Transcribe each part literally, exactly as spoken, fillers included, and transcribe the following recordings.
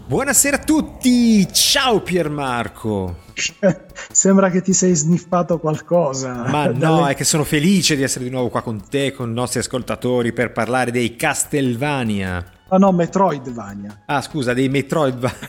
Buonasera a tutti, ciao Piermarco. Sembra che ti sei sniffato qualcosa. Ma no, Dalle... è che sono felice di essere di nuovo qua con te, con i nostri ascoltatori per parlare dei Castlevania. Ah no, Metroidvania. Ah scusa, dei Metroidvania.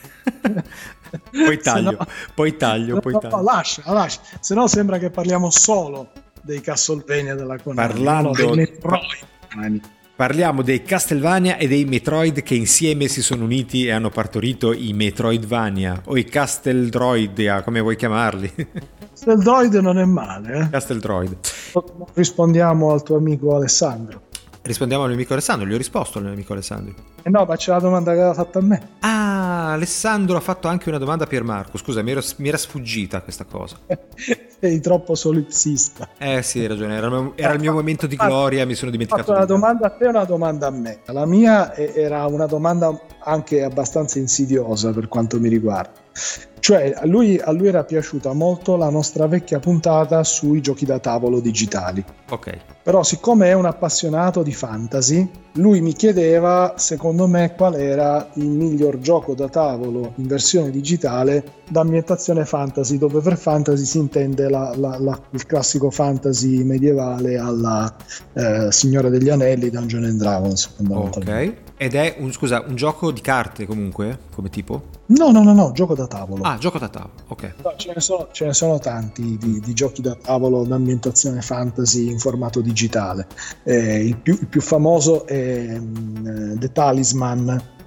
Poi taglio, no... poi taglio, no, poi no, taglio. No, lascia, lascia. Se no sembra che parliamo solo dei Castlevania della Konami. Parlando... No, dei Metroidvania. Parliamo dei Castlevania e dei Metroid che insieme si sono uniti e hanno partorito i Metroidvania o i Casteldroid, come vuoi chiamarli. Casteldroid non è male, eh? Casteldroid. Rispondiamo al tuo amico Alessandro. Rispondiamo all'amico Alessandro, gli ho risposto all'amico Alessandro. Eh no, ma c'è la domanda che aveva fatta a me. Ah, Alessandro ha fatto anche una domanda a Piermarco, scusa, mi, ero, mi era sfuggita questa cosa. Sei troppo solipsista. Eh sì, hai ragione, era, era il mio momento di gloria, mi sono dimenticato. Ho fatto di una domanda a te e una domanda a me. La mia era una domanda anche abbastanza insidiosa per quanto mi riguarda. Cioè, a lui, a lui era piaciuta molto la nostra vecchia puntata sui giochi da tavolo digitali. Ok. Però siccome è un appassionato di fantasy, lui mi chiedeva, secondo me, qual era il miglior gioco da tavolo in versione digitale d'ambientazione fantasy, dove per fantasy si intende la, la, la, il classico fantasy medievale alla eh, Signore degli Anelli, Dungeons and Dragons. Ok. Ed è un, scusa, un gioco di carte comunque, come tipo? No, no, no, no, gioco da tavolo. Ah, gioco da tavolo, ok. No, ce ne sono, ce ne sono tanti di, di giochi da tavolo d'ambientazione fantasy in formato digitale. Eh, il, più, il più famoso è um, The Talisman,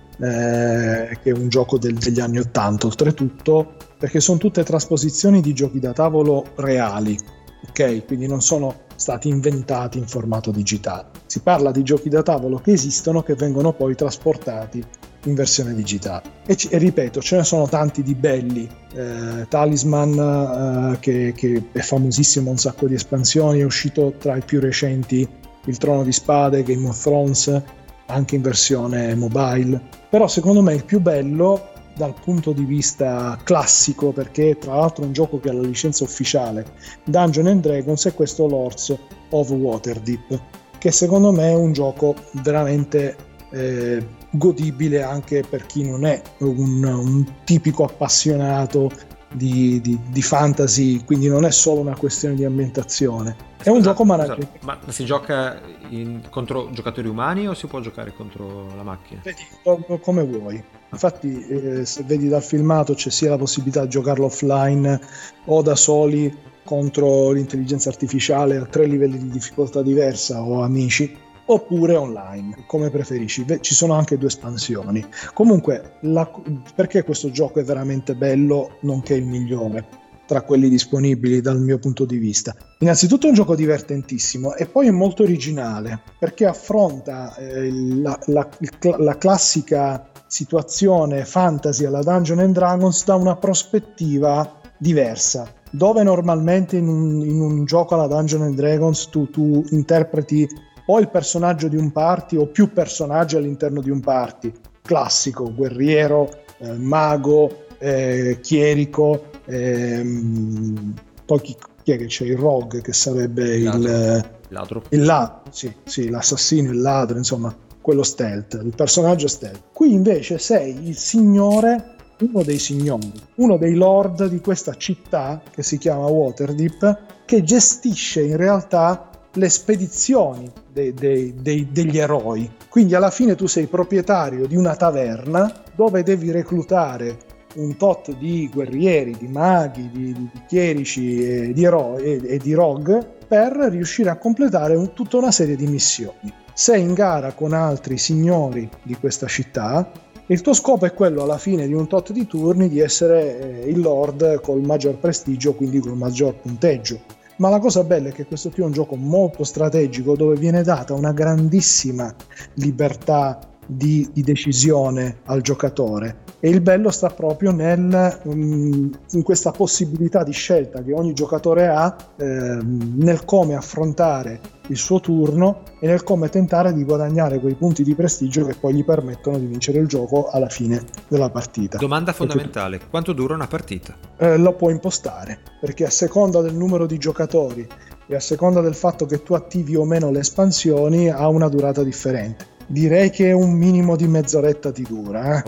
eh, che è un gioco del, degli anni ottanta, oltretutto, perché sono tutte trasposizioni di giochi da tavolo reali, ok? Quindi non sono stati inventati in formato digitale. Si parla di giochi da tavolo che esistono, che vengono poi trasportati in versione digitale e, c- e ripeto, ce ne sono tanti di belli. eh, Talisman, eh, che, che è famosissimo, un sacco di espansioni, è uscito tra i più recenti il Trono di Spade, Game of Thrones, anche in versione mobile, però secondo me il più bello dal punto di vista classico, perché tra l'altro è un gioco che ha la licenza ufficiale, Dungeons and Dragons, è questo Lords of Waterdeep, che secondo me è un gioco veramente eh, godibile anche per chi non è un, un tipico appassionato di, di, di fantasy, quindi non è solo una questione di ambientazione. È un gioco manager. Ma si gioca in, contro giocatori umani o si può giocare contro la macchina? Vedi, come vuoi. Infatti, eh, se vedi dal filmato c'è sia la possibilità di giocarlo offline o da soli contro l'intelligenza artificiale a tre livelli di difficoltà diversa o amici, oppure online, come preferisci. Ci sono anche due espansioni. Comunque, la, perché questo gioco è veramente bello, nonché il migliore tra quelli disponibili dal mio punto di vista? Innanzitutto è un gioco divertentissimo e poi è molto originale, perché affronta eh, la, la, la classica situazione fantasy alla Dungeons and Dragons da una prospettiva diversa, dove normalmente in un, in un gioco alla Dungeons and Dragons tu, tu interpreti o il personaggio di un party o più personaggi all'interno di un party, classico, guerriero, eh, mago, eh, chierico, ehm, poi chi, chi è che c'è? Il rogue, che sarebbe il ladro, il, ladro. il ladro, sì, sì, l'assassino, il ladro, insomma, quello stealth, il personaggio stealth. Qui invece sei il signore, uno dei signori, uno dei lord di questa città che si chiama Waterdeep, che gestisce in realtà le spedizioni dei, dei, dei, degli eroi. Quindi alla fine tu sei proprietario di una taverna dove devi reclutare un tot di guerrieri, di maghi, di, di chierici e di eroi e, e di rogue per riuscire a completare un, tutta una serie di missioni. Sei in gara con altri signori di questa città e il tuo scopo è quello, alla fine di un tot di turni, di essere eh, il lord col maggior prestigio, quindi col maggior punteggio. Ma la cosa bella è che questo qui è un gioco molto strategico, dove viene data una grandissima libertà di, di decisione al giocatore, e il bello sta proprio nel, um, in questa possibilità di scelta che ogni giocatore ha eh, nel come affrontare il suo turno e nel come tentare di guadagnare quei punti di prestigio che poi gli permettono di vincere il gioco alla fine della partita. Domanda fondamentale: quanto dura una partita? Eh, lo puoi impostare, perché a seconda del numero di giocatori e a seconda del fatto che tu attivi o meno le espansioni ha una durata differente. Direi che un minimo di mezz'oretta ti dura. Eh? Ok.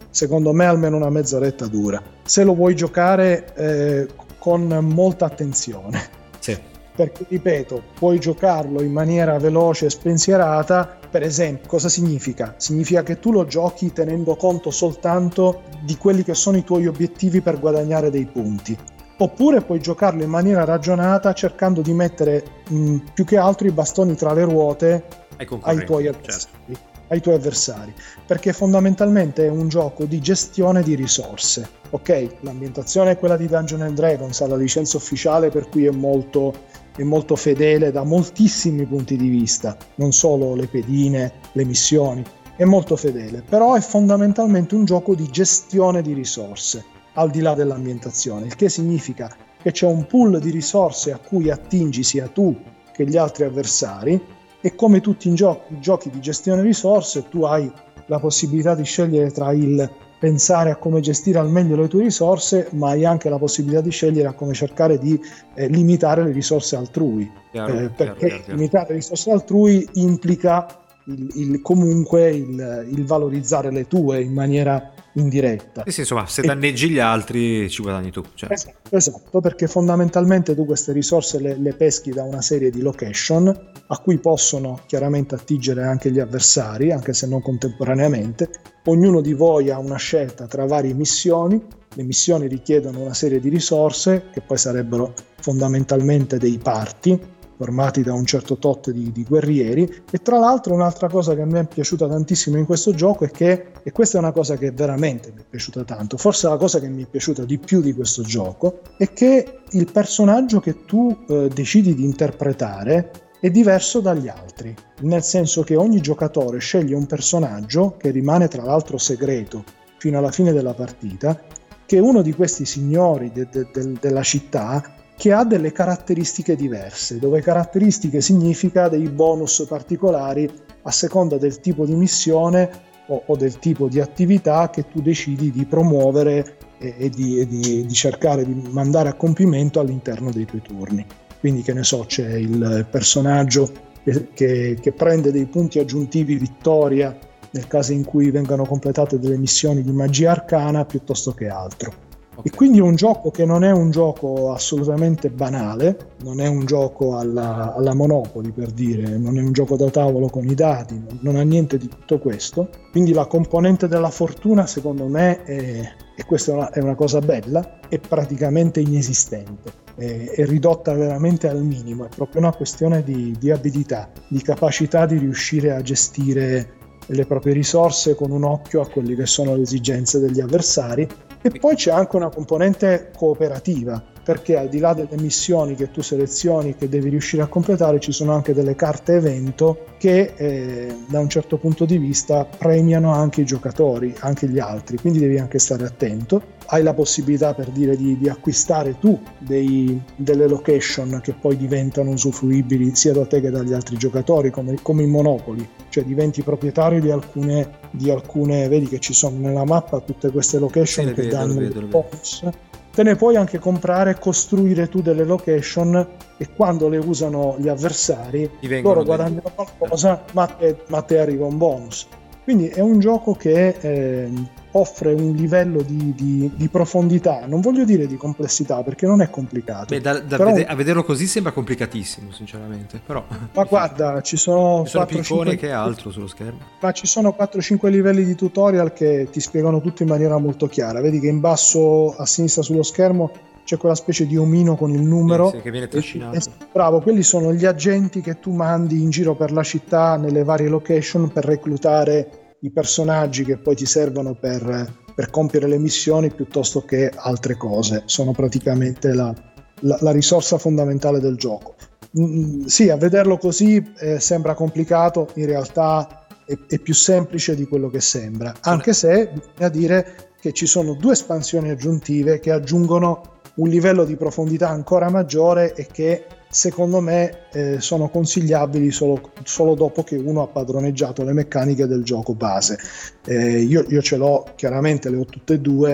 secondo me almeno una mezz'oretta dura, se lo vuoi giocare eh, con molta attenzione. Sì. Perché, ripeto, puoi giocarlo in maniera veloce e spensierata. Per esempio, cosa significa? Significa che tu lo giochi tenendo conto soltanto di quelli che sono i tuoi obiettivi per guadagnare dei punti. Oppure puoi giocarlo in maniera ragionata, cercando di mettere mh, più che altro i bastoni tra le ruote ai, ai tuoi avversari. Certo. ai tuoi avversari, perché fondamentalmente è un gioco di gestione di risorse. Ok, l'ambientazione è quella di Dungeons and Dragons, ha la licenza ufficiale, per cui è molto, è molto fedele da moltissimi punti di vista, non solo le pedine, le missioni, è molto fedele, però è fondamentalmente un gioco di gestione di risorse, al di là dell'ambientazione, il che significa che c'è un pool di risorse a cui attingi sia tu che gli altri avversari, e come tutti i giochi, i giochi di gestione risorse, tu hai la possibilità di scegliere tra il pensare a come gestire al meglio le tue risorse, ma hai anche la possibilità di scegliere a come cercare di eh, limitare le risorse altrui. Chiaro, eh, perché chiaro, chiaro, chiaro. Limitare le risorse altrui implica il, il, comunque il, il valorizzare le tue in maniera indiretta. Sì, sì, insomma, se danneggi gli altri ci guadagni tu. Cioè. Esatto, esatto, perché fondamentalmente tu queste risorse le, le peschi da una serie di location a cui possono chiaramente attingere anche gli avversari, anche se non contemporaneamente. Ognuno di voi ha una scelta tra varie missioni. Le missioni richiedono una serie di risorse che poi sarebbero fondamentalmente dei party formati da un certo tot di, di guerrieri. E tra l'altro un'altra cosa che a me è piaciuta tantissimo in questo gioco è che, e questa è una cosa che veramente mi è piaciuta tanto, forse la cosa che mi è piaciuta di più di questo gioco, è che il personaggio che tu eh, decidi di interpretare è diverso dagli altri, nel senso che ogni giocatore sceglie un personaggio che rimane tra l'altro segreto fino alla fine della partita, che è uno di questi signori de, de, de, della città, che ha delle caratteristiche diverse, dove caratteristiche significa dei bonus particolari a seconda del tipo di missione o, o del tipo di attività che tu decidi di promuovere e, e, di, e di, di cercare di mandare a compimento all'interno dei tuoi turni. Quindi, che ne so, c'è il personaggio che, che, che prende dei punti aggiuntivi vittoria nel caso in cui vengano completate delle missioni di magia arcana piuttosto che altro. Okay. E quindi è un gioco che non è un gioco assolutamente banale, non è un gioco alla, alla Monopoly, per dire, non è un gioco da tavolo con i dadi, non, non ha niente di tutto questo. Quindi la componente della fortuna, secondo me, è, e questa è una, è una cosa bella, è praticamente inesistente, è, è ridotta veramente al minimo, è proprio una questione di, di abilità, di capacità di riuscire a gestire le proprie risorse con un occhio a quelle che sono le esigenze degli avversari. E poi c'è anche una componente cooperativa, perché al di là delle missioni che tu selezioni che devi riuscire a completare, ci sono anche delle carte evento che eh, da un certo punto di vista premiano anche i giocatori, anche gli altri, quindi devi anche stare attento. Hai la possibilità, per dire, di, di acquistare tu dei, delle location che poi diventano usufruibili sia da te che dagli altri giocatori, come, come in Monopoly, cioè diventi proprietario di alcune, di alcune, vedi che ci sono nella mappa tutte queste location sì, che vedo, danno dei bonus. Te ne puoi anche comprare e costruire tu delle location, e quando le usano gli avversari loro guadagnano qualcosa, ma a te, ma a te arriva un bonus. Quindi è un gioco che eh, offre un livello di, di, di profondità, non voglio dire di complessità, perché non è complicato. Beh, da, da però, vede- a vederlo così sembra complicatissimo, sinceramente, però ma guarda, ci sono, ci sono quattro, piccone cinque che altro sullo schermo, ma ci sono quattro cinque livelli di tutorial che ti spiegano tutto in maniera molto chiara. Vedi che in basso a sinistra sullo schermo c'è quella specie di omino con il numero, sì, sì, che viene trascinato. E, e, bravo, quelli sono gli agenti che tu mandi in giro per la città nelle varie location per reclutare i personaggi che poi ti servono per, per compiere le missioni piuttosto che altre cose. Sono praticamente la, la, la risorsa fondamentale del gioco. Mm, sì, a vederlo così eh, sembra complicato, in realtà è, è più semplice di quello che sembra, anche se bisogna dire che ci sono due espansioni aggiuntive che aggiungono un livello di profondità ancora maggiore e che secondo me eh, sono consigliabili solo, solo dopo che uno ha padroneggiato le meccaniche del gioco base. Eh, io, io ce l'ho, chiaramente le ho tutte e due,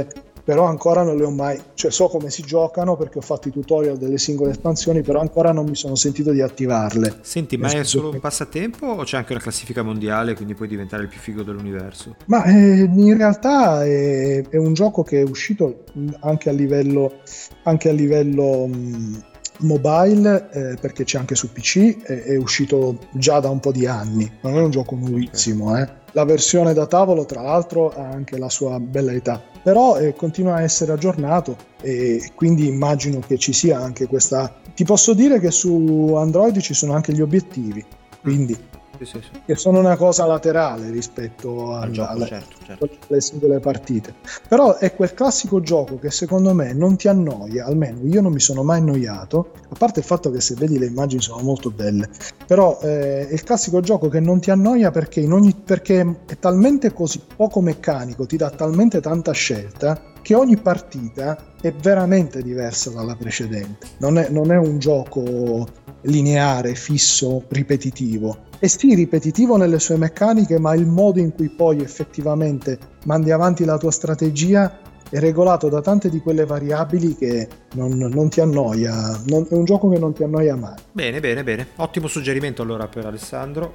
però ancora non le ho mai, cioè so come si giocano perché ho fatto i tutorial delle singole espansioni, però ancora non mi sono sentito di attivarle. Senti, ma è solo un passatempo o c'è anche una classifica mondiale, quindi puoi diventare il più figo dell'universo? Ma eh, in realtà è, è un gioco che è uscito anche a livello anche a livello mh, mobile, eh, perché c'è anche su P C, è, è uscito già da un po' di anni, non è un gioco nuovissimo, okay. eh. La versione da tavolo tra l'altro ha anche la sua bella età, però eh, continua a essere aggiornato e quindi immagino che ci sia anche questa. Ti posso dire che su Android ci sono anche gli obiettivi, quindi sì, sì, sì. che sono una cosa laterale rispetto al, al gioco, alle, certo, certo. alle singole partite, però è quel classico gioco che secondo me non ti annoia, almeno io non mi sono mai annoiato, a parte il fatto che se vedi le immagini sono molto belle, però eh, è il classico gioco che non ti annoia perché, in ogni, perché è talmente così poco meccanico, ti dà talmente tanta scelta che ogni partita è veramente diversa dalla precedente, non è, non è un gioco lineare, fisso, ripetitivo. E sì, ripetitivo nelle sue meccaniche, ma il modo in cui poi effettivamente mandi avanti la tua strategia è regolato da tante di quelle variabili che non, non ti annoia, non, è un gioco che non ti annoia mai. Bene, bene, bene. Ottimo suggerimento allora per Alessandro,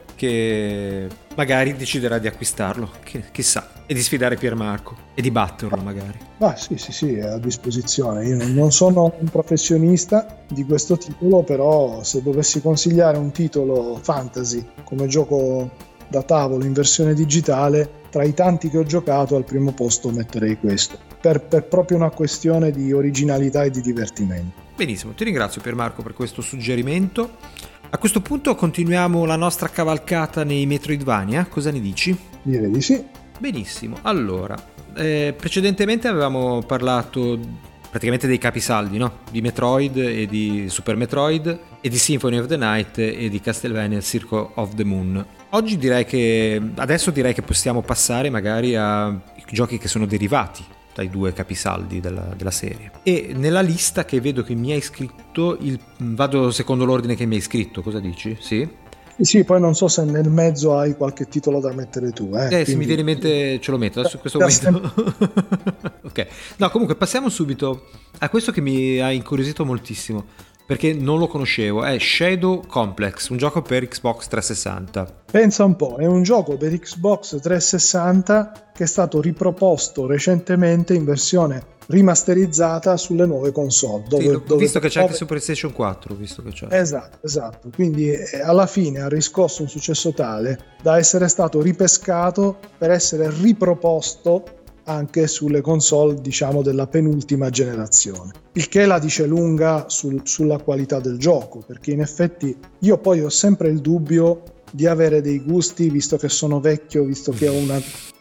che magari deciderà di acquistarlo, Chi, chissà, e di sfidare Piermarco e di batterlo magari. Ah sì, sì, sì, è a disposizione. Io non sono un professionista di questo titolo, però se dovessi consigliare un titolo fantasy come gioco da tavolo in versione digitale, tra i tanti che ho giocato al primo posto metterei questo, per, per proprio una questione di originalità e di divertimento. Benissimo, ti ringrazio Piermarco per questo suggerimento. A questo punto continuiamo la nostra cavalcata nei Metroidvania, cosa ne dici? Direi di sì. Benissimo, allora, eh, precedentemente avevamo parlato praticamente dei capisaldi, no? Di Metroid e di Super Metroid e di Symphony of the Night e di Castlevania Circle of the Moon. Oggi direi che adesso direi che possiamo passare magari a giochi che sono derivati dai due capisaldi della, della serie. E nella lista che vedo che mi hai scritto, il, vado secondo l'ordine che mi hai scritto, cosa dici? Sì? Sì, poi non so se nel mezzo hai qualche titolo da mettere tu. Eh, eh quindi... se mi viene in mente ce lo metto adesso in questo momento. Ok, no, comunque passiamo subito a questo che mi ha incuriosito moltissimo, perché non lo conoscevo, è Shadow Complex, un gioco per Xbox trecentosessanta. Pensa un po', è un gioco per Xbox trecentosessanta che è stato riproposto recentemente in versione rimasterizzata sulle nuove console. Dove, sì, ho dove visto che c'è anche su PlayStation quattro, visto che c'è. Esatto, esatto. Quindi eh, alla fine ha riscosso un successo tale da essere stato ripescato per essere riproposto anche sulle console, diciamo, della penultima generazione. Il che la dice lunga sul, sulla qualità del gioco, perché in effetti io poi ho sempre il dubbio di avere dei gusti, visto che sono vecchio, visto che ho una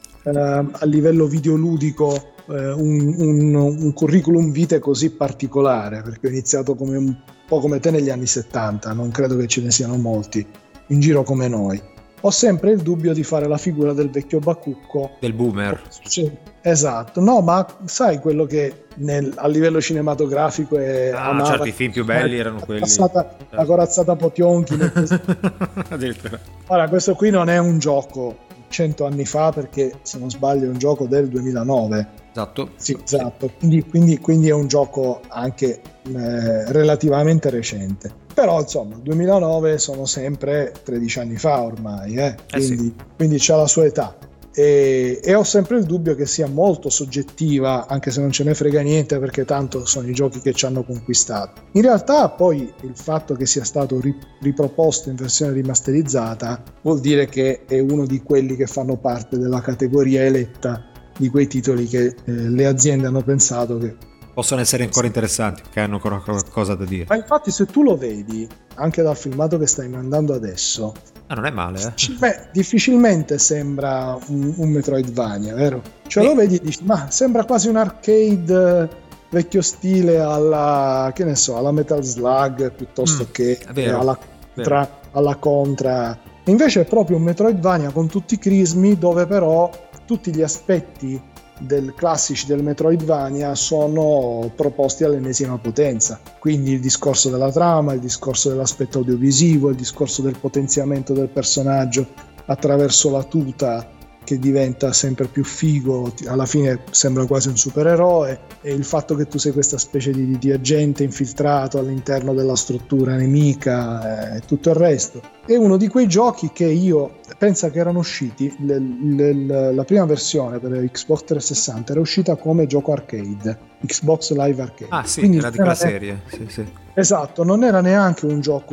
eh, a livello videoludico eh, un, un, un curriculum vitae così particolare, perché ho iniziato come un po' come te negli anni settanta, non credo che ce ne siano molti in giro come noi. Ho sempre il dubbio di fare la figura del vecchio bacucco, del boomer. Sì, esatto, no, ma sai quello che nel, a livello cinematografico è ah, amava, certo, i film più belli erano la quelli corazzata, certo. La corazzata Potionkin. Addirittura. Ora, questo qui non è un gioco cento anni fa, perché se non sbaglio è un gioco del duemilanove. Esatto. Sì, esatto. Quindi, quindi, quindi è un gioco anche eh, relativamente recente. Però insomma, duemilanove sono sempre tredici anni fa ormai, eh? Quindi, eh sì. quindi c'ha la sua età. E, e ho sempre il dubbio che sia molto soggettiva, anche se non ce ne frega niente, perché tanto sono i giochi che ci hanno conquistato. In realtà poi il fatto che sia stato riproposto in versione rimasterizzata vuol dire che è uno di quelli che fanno parte della categoria eletta di quei titoli che eh, le aziende hanno pensato che possono essere ancora interessanti, che hanno ancora qualcosa da dire. Ma infatti se tu lo vedi anche dal filmato che stai mandando adesso, ah, non è male, eh? Beh, difficilmente sembra un, un Metroidvania, vero? Cioè Beh. Lo vedi e dici, ma sembra quasi un arcade vecchio stile alla, che ne so, alla Metal Slug, piuttosto mm, che alla contra, alla Contra. Invece è proprio un Metroidvania con tutti i crismi, dove però tutti gli aspetti del classici del Metroidvania sono proposti all'ennesima potenza, quindi il discorso della trama, il discorso dell'aspetto audiovisivo, il discorso del potenziamento del personaggio attraverso la tuta che diventa sempre più figo, alla fine sembra quasi un supereroe, e il fatto che tu sei questa specie di, di agente infiltrato all'interno della struttura nemica e tutto il resto. È uno di quei giochi che io penso che erano usciti, le, le, la prima versione per Xbox trecentosessanta era uscita come gioco arcade, Xbox Live Arcade. Ah sì, quindi era di quella serie, sì, sì. Esatto, non era neanche un gioco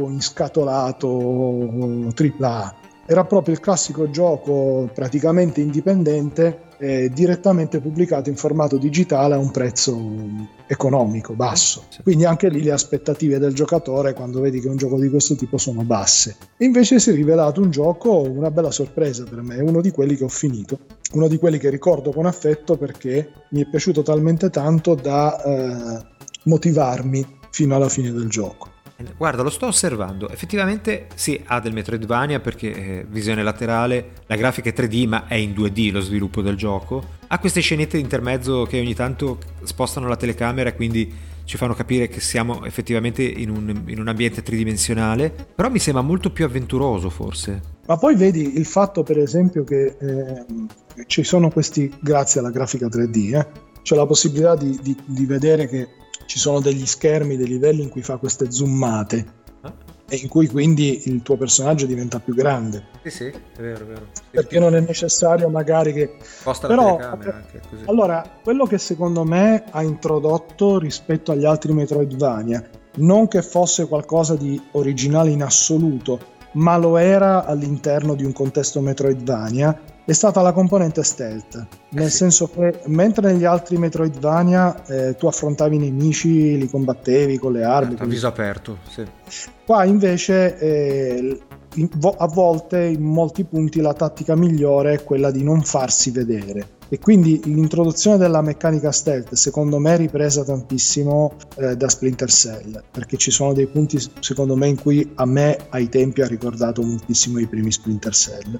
inscatolato tripla A, era proprio il classico gioco praticamente indipendente, eh, direttamente pubblicato in formato digitale a un prezzo economico, basso. Sì. Quindi anche lì le aspettative del giocatore quando vedi che un gioco di questo tipo sono basse. E invece si è rivelato un gioco, una bella sorpresa per me, uno di quelli che ho finito, uno di quelli che ricordo con affetto perché mi è piaciuto talmente tanto da eh, motivarmi fino alla fine del gioco. Guarda, lo sto osservando, effettivamente sì, ha del Metroidvania perché eh, visione laterale, la grafica è tre D ma è in due D lo sviluppo del gioco, ha queste scenette di intermezzo che ogni tanto spostano la telecamera e quindi ci fanno capire che siamo effettivamente in un, in un ambiente tridimensionale, però mi sembra molto più avventuroso forse. Ma poi vedi il fatto per esempio che eh, ci sono questi, grazie alla grafica tre D, eh, c'è la possibilità di, di, di vedere che ci sono degli schermi, dei livelli in cui fa queste zoomate ah. e in cui quindi il tuo personaggio diventa più grande. Sì, sì, è vero, è vero. Sì, perché sì. non è necessario magari che... Sposta Però, la telecamera anche così. Allora, quello che secondo me ha introdotto rispetto agli altri Metroidvania, non che fosse qualcosa di originale in assoluto, ma lo era all'interno di un contesto Metroidvania, è stata la componente stealth, nel eh sì. senso che mentre negli altri Metroidvania eh, tu affrontavi i nemici, li combattevi con le armi, a viso aperto, sì. Qua invece eh, in, a volte in molti punti la tattica migliore è quella di non farsi vedere, e quindi l'introduzione della meccanica stealth secondo me è ripresa tantissimo eh, da Splinter Cell, perché ci sono dei punti secondo me in cui a me ai tempi ha ricordato moltissimo i primi Splinter Cell.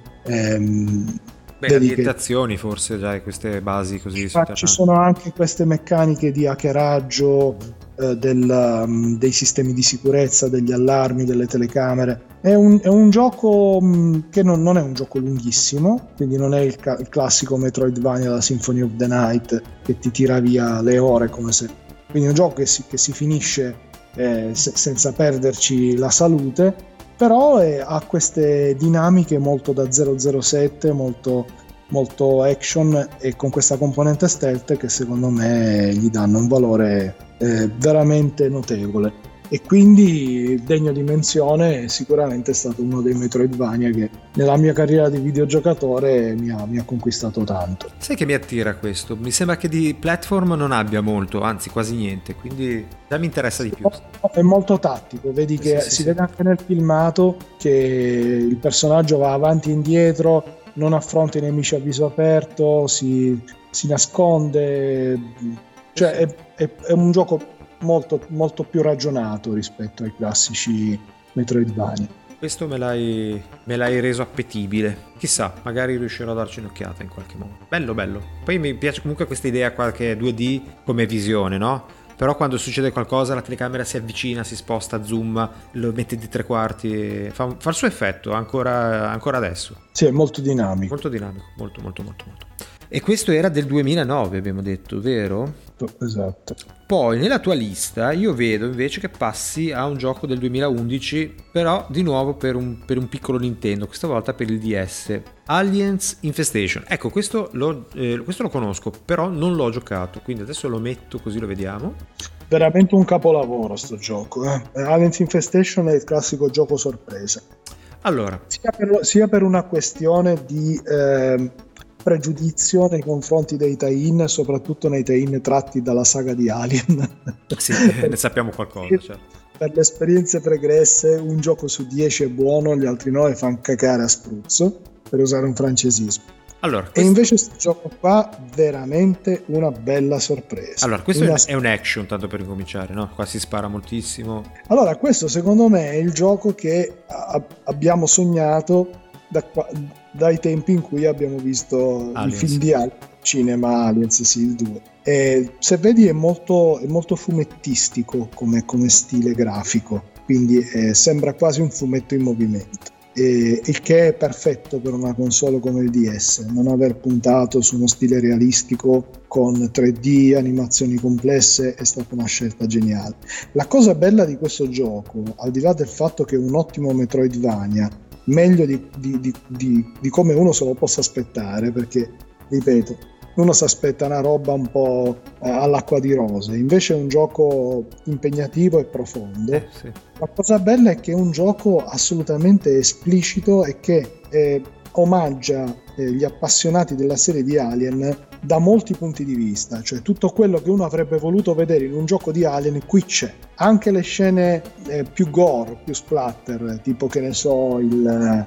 ehm, Beh, le ambientazioni che... forse già queste basi così ma ci sono anche queste meccaniche di hackeraggio eh, del, um, dei sistemi di sicurezza, degli allarmi, delle telecamere. È un, è un gioco um, che non, non è un gioco lunghissimo, quindi non è il, ca- il classico Metroidvania da Symphony of the Night che ti tira via le ore come se... quindi è un gioco che si, che si finisce eh, se, senza perderci la salute, però è, ha queste dinamiche molto da zero zero sette, molto, molto action, e con questa componente stealth che secondo me gli danno un valore eh, veramente notevole, e quindi degno di menzione. Sicuramente è stato uno dei Metroidvania che nella mia carriera di videogiocatore mi ha, mi ha conquistato tanto. Sai che mi attira questo? Mi sembra che di platform non abbia molto, anzi quasi niente, quindi già mi interessa di più. È molto tattico, vedi che sì, sì, si sì. vede anche nel filmato che il personaggio va avanti e indietro, non affronta i nemici a viso aperto, si, si nasconde, cioè è, è, è un gioco molto, molto più ragionato rispetto ai classici Metroidvania. Questo me l'hai, me l'hai reso appetibile, chissà, magari riuscirò a darci un'occhiata in qualche modo. Bello, bello. Poi mi piace comunque questa idea qua che è due D come visione, no? Però quando succede qualcosa la telecamera si avvicina, si sposta, zoom, lo mette di tre quarti, fa, fa il suo effetto ancora, ancora adesso. Sì, è molto dinamico. Molto dinamico, molto molto molto molto. E questo era del duemilanove, abbiamo detto, vero? Esatto. Poi nella tua lista io vedo invece che passi a un gioco del duemilaundici, però di nuovo per un, per un piccolo Nintendo, questa volta per il D S, Aliens Infestation. Ecco, questo lo, eh, questo lo conosco, però non l'ho giocato, quindi adesso lo metto così lo vediamo. Veramente un capolavoro sto gioco, eh? Aliens Infestation è il classico gioco sorpresa. Allora, sia per, sia per una questione di eh, pregiudizio nei confronti dei tie-in, soprattutto nei tie-in tratti dalla saga di Alien. Sì, ne sappiamo qualcosa, certo. Per le esperienze pregresse un gioco su dieci è buono, gli altri nove fanno cacare a spruzzo, per usare un francesismo. Allora, questo... E invece questo gioco qua veramente una bella sorpresa. Allora, questo una... è un action, tanto per incominciare, no? Qua si spara moltissimo. Allora, questo secondo me è il gioco che a- abbiamo sognato da qua, dai tempi in cui abbiamo visto Aliens. Il film di Aliens, cinema Aliens, sì, il due. E se vedi è molto, è molto fumettistico come, come stile grafico, quindi eh, sembra quasi un fumetto in movimento. e, il che è perfetto per una console come il D S. Non aver puntato su uno stile realistico con tre D, animazioni complesse, è stata una scelta geniale. La cosa bella di questo gioco, al di là del fatto che è un ottimo Metroidvania, meglio di, di, di, di, di come uno se lo possa aspettare, perché ripeto, uno si aspetta una roba un po' eh, all'acqua di rose, invece è un gioco impegnativo e profondo. Eh, sì. La cosa bella è che è un gioco assolutamente esplicito e che eh, omaggia eh, gli appassionati della serie di Alien da molti punti di vista, cioè tutto quello che uno avrebbe voluto vedere in un gioco di Alien qui c'è, anche le scene eh, più gore, più splatter, tipo che ne so il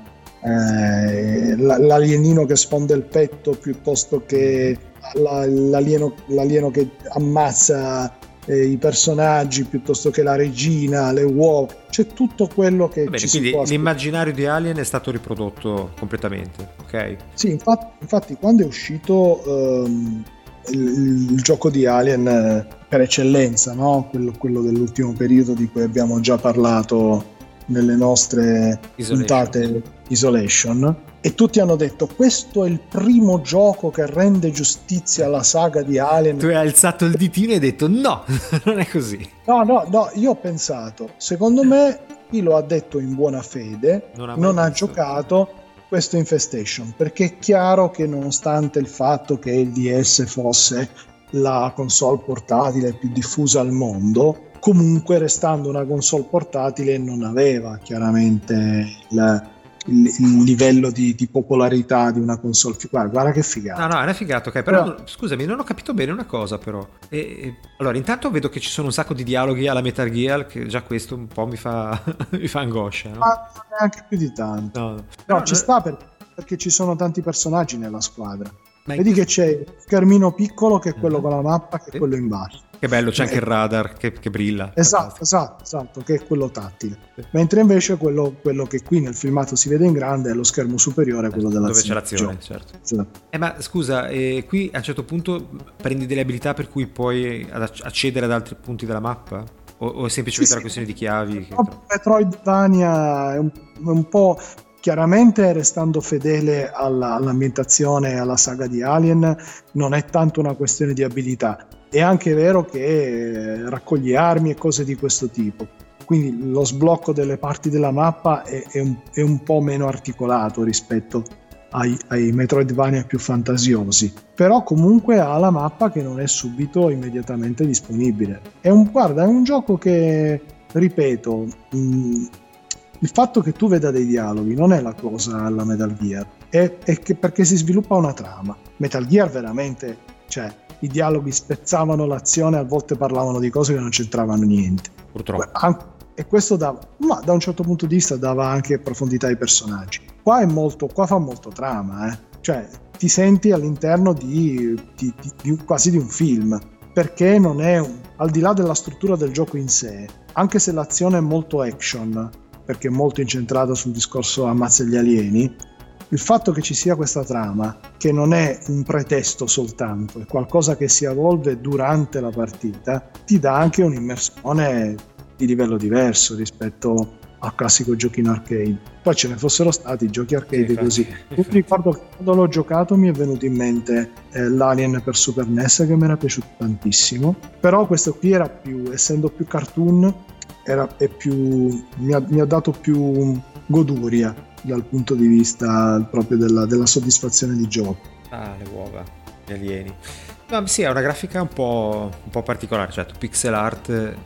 eh, l'alienino che sfonda il petto piuttosto che la, l'alieno, l'alieno che ammazza eh, i personaggi piuttosto che la regina, le uova, c'è tutto quello che bene, ci quindi si può l'immaginario di Alien è stato riprodotto completamente, ok? Sì, infatti, infatti quando è uscito ehm, il, il gioco di Alien eh, per eccellenza, no? quello, quello dell'ultimo periodo di cui abbiamo già parlato nelle nostre Isolation. puntate Isolation, e tutti hanno detto questo è il primo gioco che rende giustizia alla saga di Alien. Tu hai alzato il ditino e hai detto no, non è così. No, no, no, io ho pensato, secondo me chi lo ha detto in buona fede non ha, non ha visto. giocato questo Infestation, perché è chiaro che nonostante il fatto che il D S fosse la console portatile più diffusa al mondo, comunque restando una console portatile non aveva chiaramente il, il, il livello di, di popolarità di una console. Guarda, guarda che figata. No, no, è una figata, ok, però, Però- scusami, non ho capito bene una cosa però. E, e- allora, intanto vedo che ci sono un sacco di dialoghi alla Metal Gear, che già questo un po' mi fa, mi fa angoscia, no? Ma neanche più di tanto. No, No, no, ci no, sta per- perché ci sono tanti personaggi nella squadra. ma in Vedi che questo- c'è il schermino piccolo che è quello Mhm. con la mappa, che è Sì. quello in basso. Che bello, c'è Eh, anche il radar che, che brilla. Esatto, fantastico. esatto, esatto, che è quello tattile. Sì. Mentre invece quello, quello che qui nel filmato si vede in grande è lo schermo superiore, quello della Dove c'è l'azione, certo. Esatto. Eh, ma scusa, eh, qui a un certo punto prendi delle abilità per cui puoi ad- accedere ad altri punti della mappa? O, o è semplicemente Sì, una sì. questione di chiavi? Che... No, Metroidvania è un, è un po', chiaramente restando fedele alla- all'ambientazione e alla saga di Alien, non è tanto una questione di abilità. È anche vero che eh, raccogli armi e cose di questo tipo, quindi lo sblocco delle parti della mappa è, è un, è un po' meno articolato rispetto ai, ai Metroidvania più fantasiosi, però comunque ha la mappa che non è subito immediatamente disponibile. È un, guarda, è un gioco che, ripeto, mh, il fatto che tu veda dei dialoghi non è la cosa alla Metal Gear, è, è che perché si sviluppa una trama. Metal Gear veramente, cioè, i dialoghi spezzavano l'azione, a volte parlavano di cose che non c'entravano niente. Purtroppo. An- e questo dava, ma da un certo punto di vista dava anche profondità ai personaggi. Qua è molto, qua fa molto trama, eh. Cioè ti senti all'interno di, di, di, di quasi di un film, perché non è un, al di là della struttura del gioco in sé, anche se l'azione è molto action, perché è molto incentrata sul discorso ammazza gli alieni, il fatto che ci sia questa trama, che non è un pretesto soltanto, è qualcosa che si evolve durante la partita, ti dà anche un'immersione di livello diverso rispetto al classico giochino arcade. Poi ce ne fossero stati giochi arcade Sì, così. infatti, Io infatti. ricordo che quando l'ho giocato mi è venuto in mente eh, l'Alien per Super N E S, che mi era piaciuto tantissimo, però questo qui era più, essendo più cartoon, era, è più, mi, ha, mi ha dato più goduria dal punto di vista proprio della, della soddisfazione di gioco. Ah, le uova, gli alieni. No, sì, è una grafica un po', un po' particolare, certo, pixel art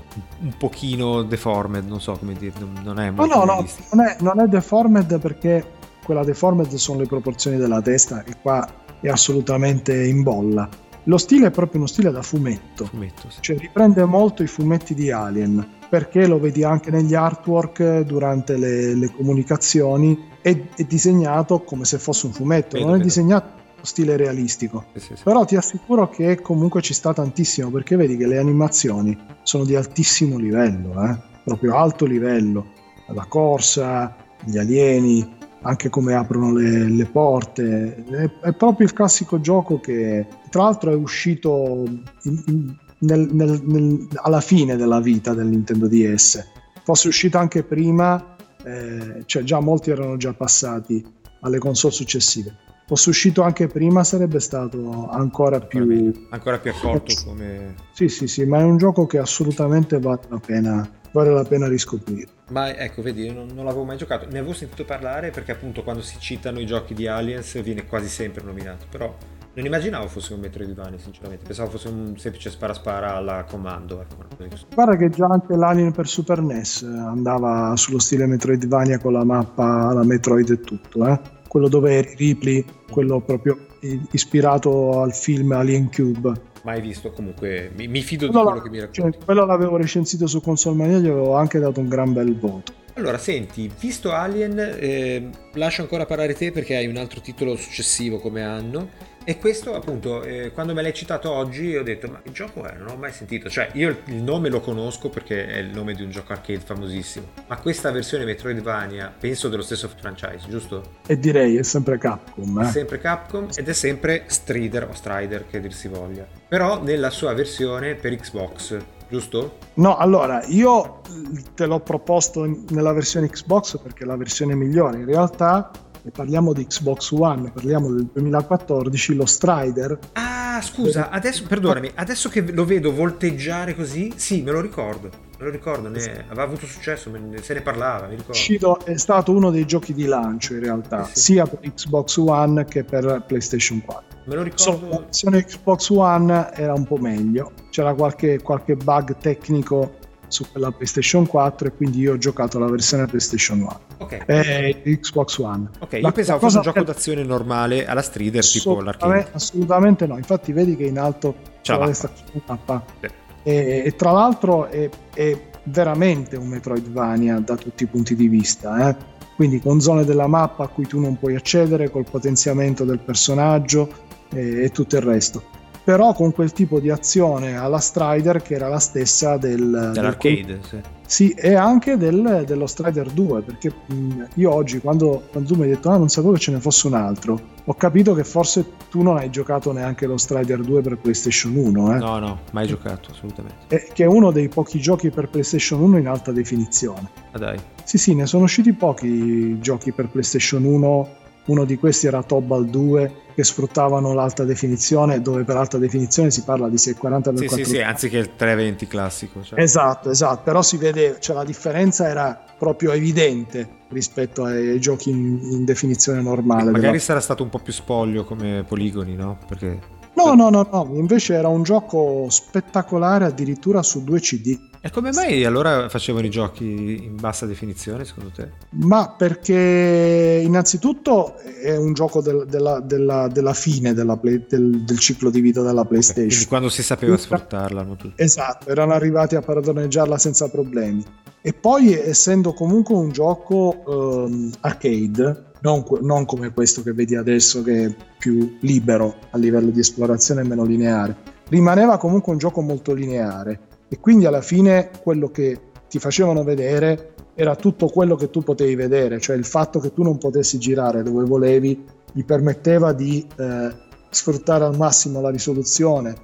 un pochino deformed, non so come dire, non, non è No, molto no, no, realistica. non è, non è deformed, perché quella deformed sono le proporzioni della testa, e qua è assolutamente in bolla. Lo stile è proprio uno stile da fumetto, Fumetto, sì. cioè riprende molto i fumetti di Alien, perché lo vedi anche negli artwork durante le, le comunicazioni, è, è disegnato come se fosse un fumetto, Vedo, non è vedo. disegnato in stile realistico. Sì, sì, sì. Però ti assicuro che comunque ci sta tantissimo, perché vedi che le animazioni sono di altissimo livello, eh? Proprio alto livello, la corsa, gli alieni, anche come aprono le, le porte, è, è proprio il classico gioco che tra l'altro è uscito in, in, nel, nel, nel, alla fine della vita del Nintendo D S. Fosse uscito anche prima eh, cioè già molti erano già passati alle console successive. Fosse uscito anche prima sarebbe stato ancora più meglio, ancora più accolto come... Sì, sì, sì, ma è un gioco che assolutamente vale la pena, vale la pena riscoprire. Ma ecco, vedi, non, non l'avevo mai giocato, ne avevo sentito parlare perché appunto quando si citano i giochi di Aliens viene quasi sempre nominato, però non immaginavo fosse un Metroidvania, sinceramente, pensavo fosse un semplice spara-spara alla comando. Ecco. Guarda che già anche l'Alien per Super N E S andava sullo stile Metroidvania con la mappa, la Metroid e tutto, eh? Quello dove eri Ripley, quello proprio ispirato al film Alien Cube. Mai visto, comunque mi, mi fido quello di quello la, che mi racconti. Cioè, quello l'avevo recensito su Console Mania, gli avevo anche dato un gran bel voto. Allora, senti, visto Alien, eh, lascio ancora parlare te perché hai un altro titolo successivo come anno. E questo appunto, eh, quando me l'hai citato oggi ho detto, ma che gioco è? Non l'ho mai sentito. Cioè, io il, il nome lo conosco perché è il nome di un gioco arcade famosissimo. Ma questa versione Metroidvania, penso dello stesso franchise, giusto? E direi, è sempre Capcom. Eh? È sempre Capcom ed è sempre Strider o Strider, che dir si voglia. Però nella sua versione per Xbox, giusto? No, allora, io te l'ho proposto nella versione Xbox perché è la versione migliore. In realtà, e parliamo di Xbox One, parliamo del duemilaquattordici, lo Strider. Ah, scusa, adesso, perdonami, adesso che lo vedo volteggiare così, sì, me lo ricordo, me lo ricordo, ne aveva avuto successo, me, se ne parlava, mi ricordo. Uscito, è stato uno dei giochi di lancio in realtà, sì, sì. sia per Xbox One che per PlayStation quattro. Me lo ricordo. La versione Xbox One era un po' meglio, c'era qualche, qualche bug tecnico su quella PlayStation quattro e quindi io ho giocato la versione PlayStation One. Ok. E Xbox One. Ok, la, io pensavo fosse un gioco è... d'azione normale alla Strider, tipo l'arcade. Assolutamente no, infatti vedi che in alto c'è la questa mappa. Sì. E, e tra l'altro è, è veramente un Metroidvania da tutti i punti di vista, eh? Quindi con zone della mappa a cui tu non puoi accedere, col potenziamento del personaggio e, e tutto il resto. Però con quel tipo di azione alla Strider che era la stessa del, dell'arcade, del, sì. Sì, e anche del, dello Strider due, perché mh, io oggi quando, quando tu mi hai detto ah non sapevo che ce ne fosse un altro, ho capito che forse tu non hai giocato neanche lo Strider due per PlayStation uno, eh? No, no, mai giocato, assolutamente. E, che è uno dei pochi giochi per PlayStation uno in alta definizione. Ah dai. Sì, sì, ne sono usciti pochi giochi per PlayStation uno. Uno di questi era Tobal due, che sfruttavano l'alta definizione, dove per alta definizione si parla di seicentoquaranta per sì, quattro. Sì, sì, anziché il trecentoventi classico. Cioè. Esatto, esatto, però si vede, cioè la differenza era proprio evidente rispetto ai giochi in, in definizione normale. Magari della... sarà stato un po' più spoglio come poligoni, no? Perché... No, no, no, no, invece era un gioco spettacolare addirittura su due C D. E come mai allora facevano i giochi in bassa definizione secondo te? Ma perché innanzitutto è un gioco del, della, della, della fine della play, del, del ciclo di vita della PlayStation. Okay, quindi quando si sapeva sfruttarla. No? Esatto, erano arrivati a padroneggiarla senza problemi. E poi essendo comunque un gioco um, arcade, non, non come questo che vedi adesso che è più libero a livello di esplorazione e meno lineare, rimaneva comunque un gioco molto lineare. E quindi alla fine quello che ti facevano vedere era tutto quello che tu potevi vedere, cioè il fatto che tu non potessi girare dove volevi gli permetteva di eh, sfruttare al massimo la risoluzione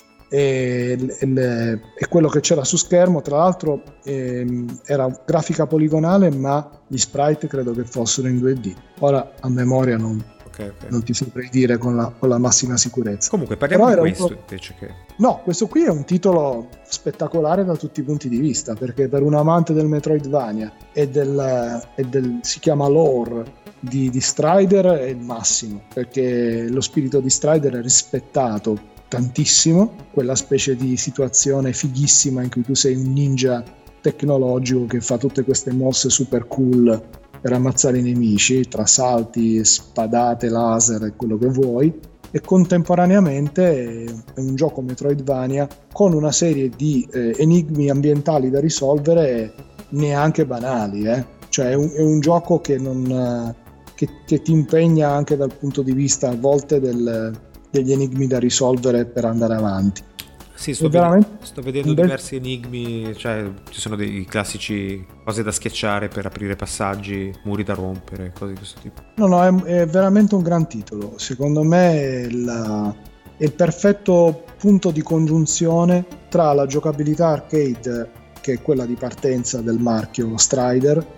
e, e, e quello che c'era su schermo. Tra l'altro ehm, era grafica poligonale, ma gli sprite credo che fossero in due D. Ora a memoria non, okay, okay. non ti saprei dire con la, con la massima sicurezza. Comunque parliamo Però di questo po- invece che... No, questo qui è un titolo spettacolare da tutti i punti di vista, perché per un amante del Metroidvania e del, e del si chiama lore di, di Strider è il massimo, perché lo spirito di Strider è rispettato tantissimo, quella specie di situazione fighissima in cui tu sei un ninja tecnologico che fa tutte queste mosse super cool per ammazzare i nemici, tra salti, spadate, laser e quello che vuoi. E contemporaneamente è un gioco Metroidvania con una serie di eh, enigmi ambientali da risolvere neanche banali, eh? Cioè è un, è un gioco che, non, che, che ti impegna anche dal punto di vista a volte del, degli enigmi da risolvere per andare avanti. Sì, sto, ved- sto vedendo bel... diversi enigmi, cioè ci sono dei classici cose da schiacciare per aprire passaggi, muri da rompere, cose di questo tipo. No, no, è, è veramente un gran titolo. Secondo me è, la, è il perfetto punto di congiunzione tra la giocabilità arcade, che è quella di partenza del marchio Strider,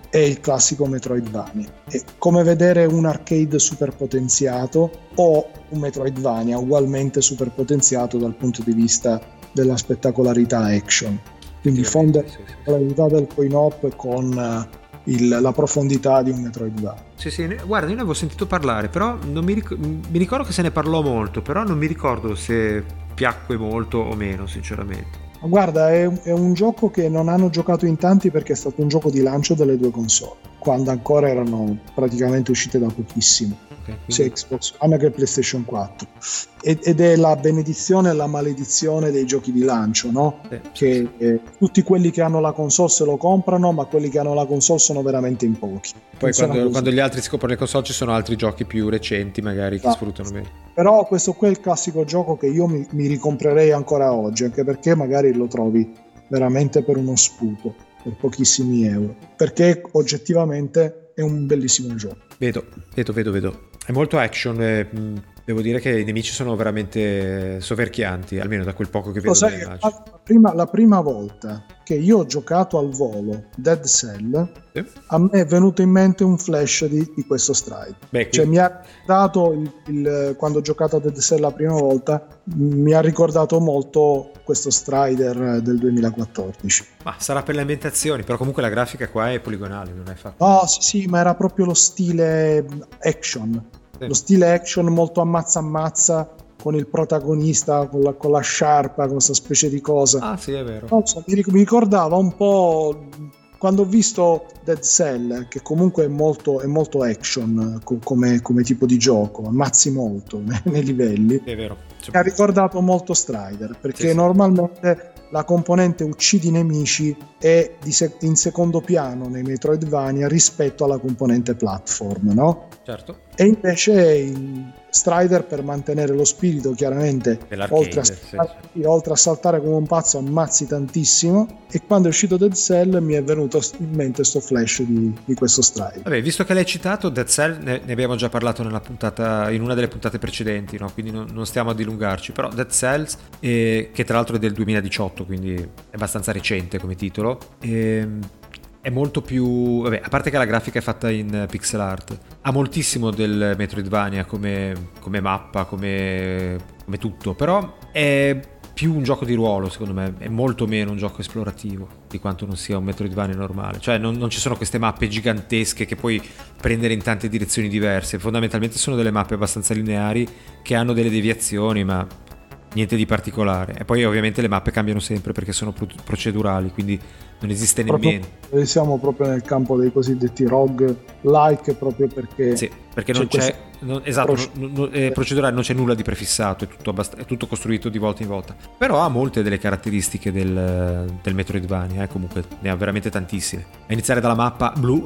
è il classico Metroidvania. È come vedere un arcade super potenziato o un Metroidvania ugualmente super potenziato dal punto di vista della spettacolarità action. Quindi fonde la spettacolarità del coin-op con il, la profondità di un Metroidvania. Sì, sì, guarda, io ne avevo sentito parlare, però non mi, ric- mi ricordo che se ne parlò molto, però non mi ricordo se piacque molto o meno, sinceramente. Ma guarda, è, è un gioco che non hanno giocato in tanti perché è stato un gioco di lancio delle due console, quando ancora erano praticamente uscite da pochissimo, okay, sia Xbox One che PlayStation quattro, ed, ed è la benedizione e la maledizione dei giochi di lancio, no? Sì. Che eh, tutti quelli che hanno la console se lo comprano, ma quelli che hanno la console sono veramente in pochi. Poi quando, quando gli altri si comprano le console ci sono altri giochi più recenti magari che ah, sfruttano bene. Però questo qui è il classico gioco che io mi, mi ricomprerei ancora oggi, anche perché magari lo trovi veramente per uno sputo, per pochissimi euro, perché oggettivamente è un bellissimo gioco. Vedo, vedo, vedo, vedo. È molto action, eh, devo dire che i nemici sono veramente soverchianti, almeno da quel poco che vedo nelle immagini. La prima, la prima volta che io ho giocato al volo Dead Cell, sì, a me è venuto in mente un flash di, di questo stride. Beh, cioè mi ha dato il, il, quando ho giocato a Dead Cell la prima volta, mi ha ricordato molto questo Strider del duemilaquattordici. Ma sarà per le ambientazioni, però comunque la grafica qua è poligonale, non è fatto. No, sì, sì, ma era proprio lo stile action. Sì. Lo stile action molto ammazza ammazza, con il protagonista con la, con la sciarpa, con questa specie di cosa. Ah sì, è vero. Non so, mi, mi ricordava un po' quando ho visto Dead Cell, che comunque è molto, è molto action co- come, come tipo di gioco, ammazzi molto nei, nei livelli. È vero. Mi ha ricordato molto Strider, perché sì, normalmente sì, la componente uccidi nemici è di sec- in secondo piano nei Metroidvania rispetto alla componente platform, no? Certo. E invece il Strider, per mantenere lo spirito, chiaramente oltre a, saltare, sì, sì. oltre a saltare come un pazzo ammazzi tantissimo, e quando è uscito Dead Cell mi è venuto in mente sto flash di, di questo Strider. Vabbè, visto che l'hai citato, Dead Cell ne, ne abbiamo già parlato nella puntata, in una delle puntate precedenti, no? Quindi non, non stiamo a dilungarci, però Dead Cells, eh, che tra l'altro è del duemiladiciotto, quindi è abbastanza recente come titolo, e è molto più, vabbè, a parte che la grafica è fatta in pixel art, ha moltissimo del Metroidvania come, come mappa, come, come tutto, però è più un gioco di ruolo, secondo me, è molto meno un gioco esplorativo di quanto non sia un Metroidvania normale. Cioè non, non ci sono queste mappe gigantesche che puoi prendere in tante direzioni diverse, fondamentalmente sono delle mappe abbastanza lineari che hanno delle deviazioni, ma niente di particolare. E poi ovviamente le mappe cambiano sempre perché sono pro- procedurali, quindi non esiste nemmeno. Proprio, siamo proprio nel campo dei cosiddetti rogue-like, proprio perché sì, perché non c'è, c'è non, esatto, proce- non, non, è procedurale, non c'è nulla di prefissato, è tutto, abbast- è tutto costruito di volta in volta, però ha molte delle caratteristiche del, del Metroidvania, eh, comunque ne ha veramente tantissime, a iniziare dalla mappa blu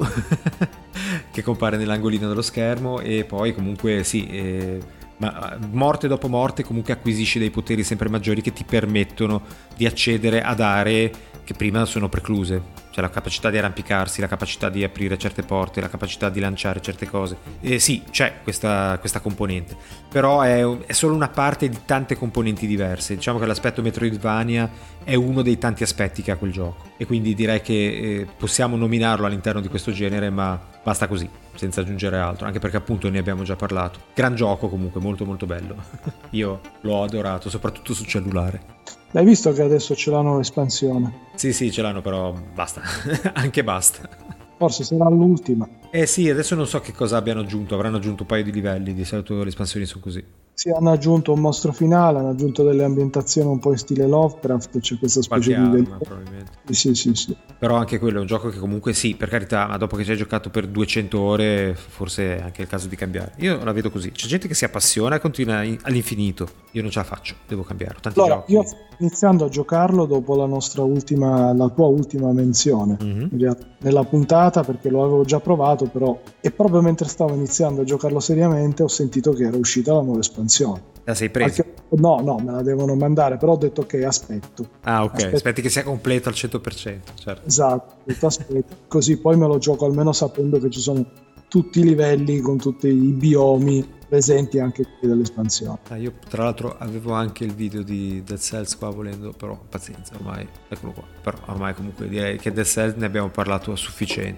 che compare nell'angolino dello schermo, e poi comunque sì, eh, ma morte dopo morte comunque acquisisci dei poteri sempre maggiori che ti permettono di accedere ad aree che prima sono precluse, cioè la capacità di arrampicarsi, la capacità di aprire certe porte, la capacità di lanciare certe cose. E sì, c'è questa, questa componente, però è, è solo una parte di tante componenti diverse. Diciamo che l'aspetto Metroidvania è uno dei tanti aspetti che ha quel gioco, e quindi direi che eh, possiamo nominarlo all'interno di questo genere, ma basta così, senza aggiungere altro, anche perché appunto ne abbiamo già parlato. Gran gioco comunque, molto molto bello. Io l'ho adorato, soprattutto su cellulare. L'hai visto che adesso ce l'hanno l'espansione? Sì, sì, ce l'hanno, però basta, anche basta. Forse sarà l'ultima. Eh sì, adesso non so che cosa abbiano aggiunto, avranno aggiunto un paio di livelli, di solito le espansioni sono così. Sì, hanno aggiunto un mostro finale, hanno aggiunto delle ambientazioni un po' in stile Lovecraft, c'è questa specie Qualche di... arma, probabilmente. Sì, sì, sì. Però anche quello è un gioco che comunque sì, per carità, ma dopo che ci hai giocato per duecento ore, forse è anche il caso di cambiare. Io la vedo così, c'è gente che si appassiona e continua in, all'infinito, io non ce la faccio, devo cambiare. Ho tanti allora, giochi. Io sto iniziando a giocarlo dopo la nostra ultima, la tua ultima menzione, mm-hmm. nella puntata, perché lo avevo già provato, però, e proprio mentre stavo iniziando a giocarlo seriamente ho sentito che era uscita la nuova espansione. La sei presa? Anche, no, no, me la devono mandare, però ho detto ok, aspetto. Ah, ok, aspetto. aspetti che sia completo al cento per cento, certo. Esatto, detto, aspetto, così poi me lo gioco almeno sapendo che ci sono tutti i livelli con tutti i biomi presenti anche qui dell'espansione. Ah, io tra l'altro avevo anche il video di Dead Cells qua volendo, però pazienza, ormai eccolo qua. Però ormai comunque direi che Dead Cells ne abbiamo parlato a sufficienza.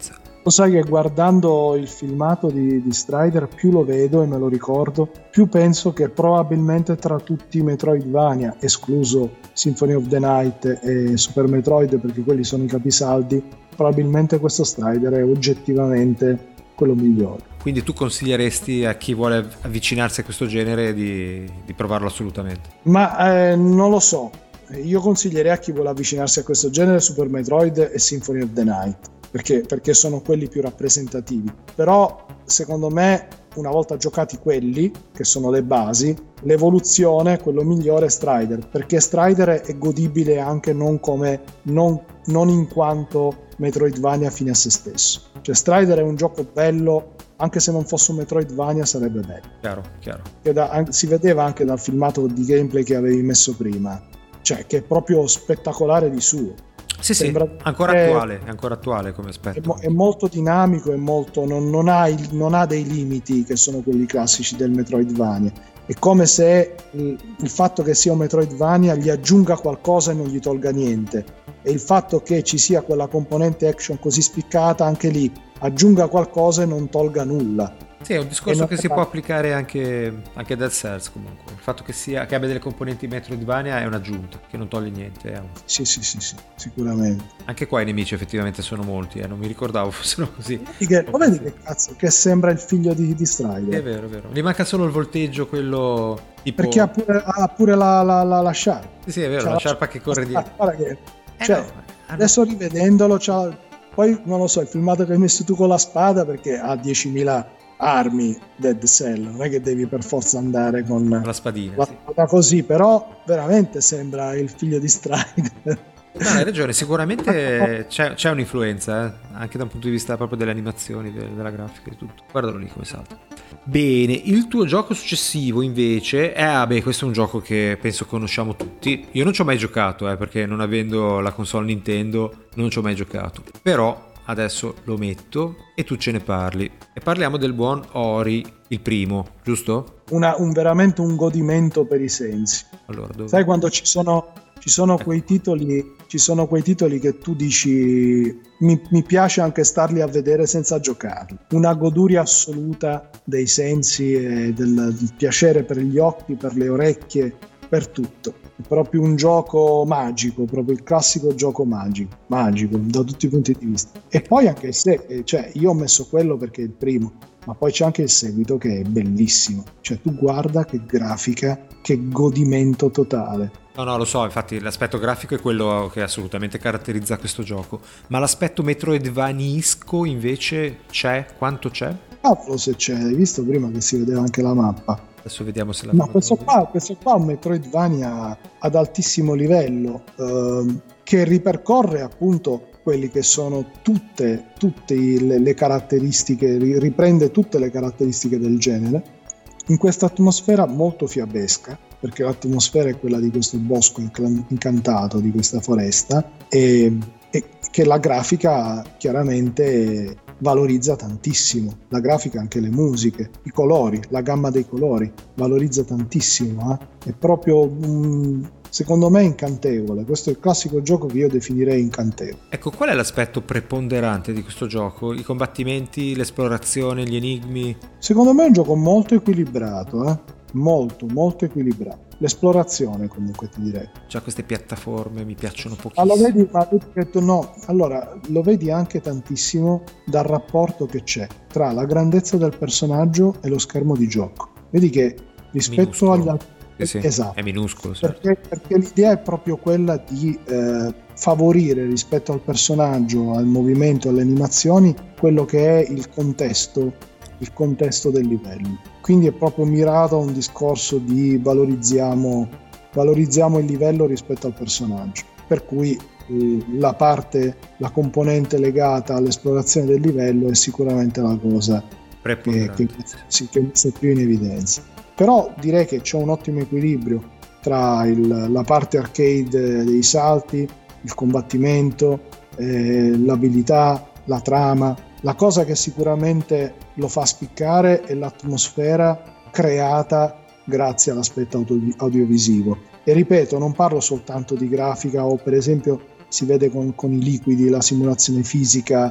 Lo sai che guardando il filmato di, di Strider, più lo vedo e me lo ricordo, più penso che probabilmente tra tutti i Metroidvania, escluso Symphony of the Night e Super Metroid, perché quelli sono i capisaldi, probabilmente questo Strider è oggettivamente quello migliore. Quindi tu consiglieresti a chi vuole avvicinarsi a questo genere di, di provarlo assolutamente? Ma eh, non lo so, io consiglierei a chi vuole avvicinarsi a questo genere Super Metroid e Symphony of the Night, perché, perché sono quelli più rappresentativi. Però secondo me, una volta giocati quelli, che sono le basi, l'evoluzione, quello migliore è Strider, perché Strider è godibile anche non come non, non in quanto Metroidvania fine a se stesso. Cioè Strider è un gioco bello, anche se non fosse un Metroidvania sarebbe bello. Chiaro, chiaro. Che da, si vedeva anche dal filmato di gameplay che avevi messo prima, cioè che è proprio spettacolare di suo. Sì, Sembra sì, ancora è, attuale, è ancora attuale come aspetto. È, mo, è molto dinamico, è molto, non, non, ha il, non ha dei limiti che sono quelli classici del Metroidvania. È come se il, il fatto che sia un Metroidvania gli aggiunga qualcosa e non gli tolga niente. E il fatto che ci sia quella componente action così spiccata, anche lì aggiunga qualcosa e non tolga nulla. Sì, è un discorso che si può applicare anche, anche a Dead Cells comunque. Il fatto che, sia, che abbia delle componenti Metroidvania è un'aggiunta, che non toglie niente. È un... Sì, sì, sì, sì, sicuramente. Anche qua i nemici effettivamente sono molti, eh, non mi ricordavo fossero così. Che, oh, vedi che cazzo, che sembra il figlio di, di Strider. È vero, è vero. Gli manca solo il volteggio, quello tipo... Perché ha pure, ha pure la, la, la, la sciarpa. Sì, sì, è vero, c'ha la, la sciarpa che corre dietro. Guarda che... Eh cioè, no, adesso rivedendolo, c'ha... poi non lo so, il filmato che hai messo tu con la spada, perché ha diecimila armi Dead Cell, non è che devi per forza andare con la spadina, la spada sì. Così, però veramente sembra il figlio di Strider. No, hai ragione, sicuramente c'è, c'è un'influenza, eh? Anche da un punto di vista proprio delle animazioni, de, della grafica e tutto. Guardalo lì come salta. Bene, il tuo gioco successivo invece è, ah beh, questo è un gioco che penso conosciamo tutti. Io non ci ho mai giocato, eh, perché non avendo la console Nintendo non ci ho mai giocato. Però adesso lo metto e tu ce ne parli. E parliamo del buon Ori, il primo, giusto? Una, un veramente un godimento per i sensi. Allora, dove... Sai quando ci sono... Ci sono quei titoli, ci sono quei titoli che tu dici mi, mi piace anche starli a vedere senza giocarli. Una goduria assoluta dei sensi e del, del piacere per gli occhi, per le orecchie, per tutto. È proprio un gioco magico, proprio il classico gioco magico, magico da tutti i punti di vista. E poi anche se, cioè io ho messo quello perché è il primo, ma poi c'è anche il seguito che è bellissimo. Cioè tu guarda che grafica, che godimento totale. No, no, lo so, infatti l'aspetto grafico è quello che assolutamente caratterizza questo gioco, ma l'aspetto metroidvanisco invece c'è? Quanto c'è? Cavolo se c'è, hai visto prima che si vedeva anche la mappa? Adesso vediamo se la... No, questo qua, questo qua è un Metroidvania ad altissimo livello, ehm, che ripercorre appunto quelli che sono tutte, tutte le, le caratteristiche, riprende tutte le caratteristiche del genere, in questa atmosfera molto fiabesca, perché l'atmosfera è quella di questo bosco incantato, di questa foresta, e, e che la grafica chiaramente valorizza tantissimo. La grafica, anche le musiche, i colori, la gamma dei colori valorizza tantissimo. Eh? È proprio, um, secondo me, incantevole. Questo è il classico gioco che io definirei incantevole. Ecco, qual è l'aspetto preponderante di questo gioco? I combattimenti, l'esplorazione, gli enigmi? Secondo me è un gioco molto equilibrato, eh? molto, molto equilibrato. L'esplorazione, comunque, ti direi. Già queste piattaforme mi piacciono pochissimo. Allora, vedi, ma detto no. Allora, lo vedi anche tantissimo dal rapporto che c'è tra la grandezza del personaggio e lo schermo di gioco. Vedi che rispetto minuscolo. agli altri... Sì, sì, esatto. È minuscolo. Certo. Perché, perché l'idea è proprio quella di eh, favorire rispetto al personaggio, al movimento, alle animazioni, quello che è il contesto il contesto del livello. Quindi è proprio mirato a un discorso di valorizziamo valorizziamo il livello rispetto al personaggio, per cui eh, la parte la componente legata all'esplorazione del livello è sicuramente la cosa che, che, sì, che messa più in evidenza. Però direi che c'è un ottimo equilibrio tra il, la parte arcade dei salti, il combattimento, eh, l'abilità, la trama. La cosa che sicuramente lo fa spiccare è l'atmosfera creata grazie all'aspetto audio- audiovisivo. E ripeto, non parlo soltanto di grafica o per esempio si vede con, con i liquidi, la simulazione fisica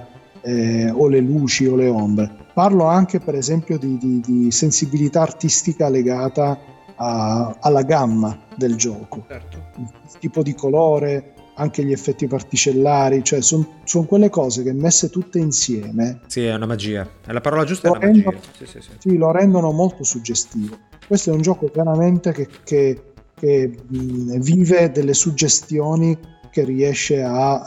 eh, o le luci o le ombre. Parlo anche per esempio di, di, di sensibilità artistica legata a, alla gamma del gioco, certo. Il tipo di colore, anche gli effetti particellari, cioè sono son quelle cose che messe tutte insieme, sì, è una magia, è la parola giusta, è una rendono, magia, sì, sì, sì. Sì, lo rendono molto suggestivo. Questo è un gioco veramente che, che, che mh, vive delle suggestioni che riesce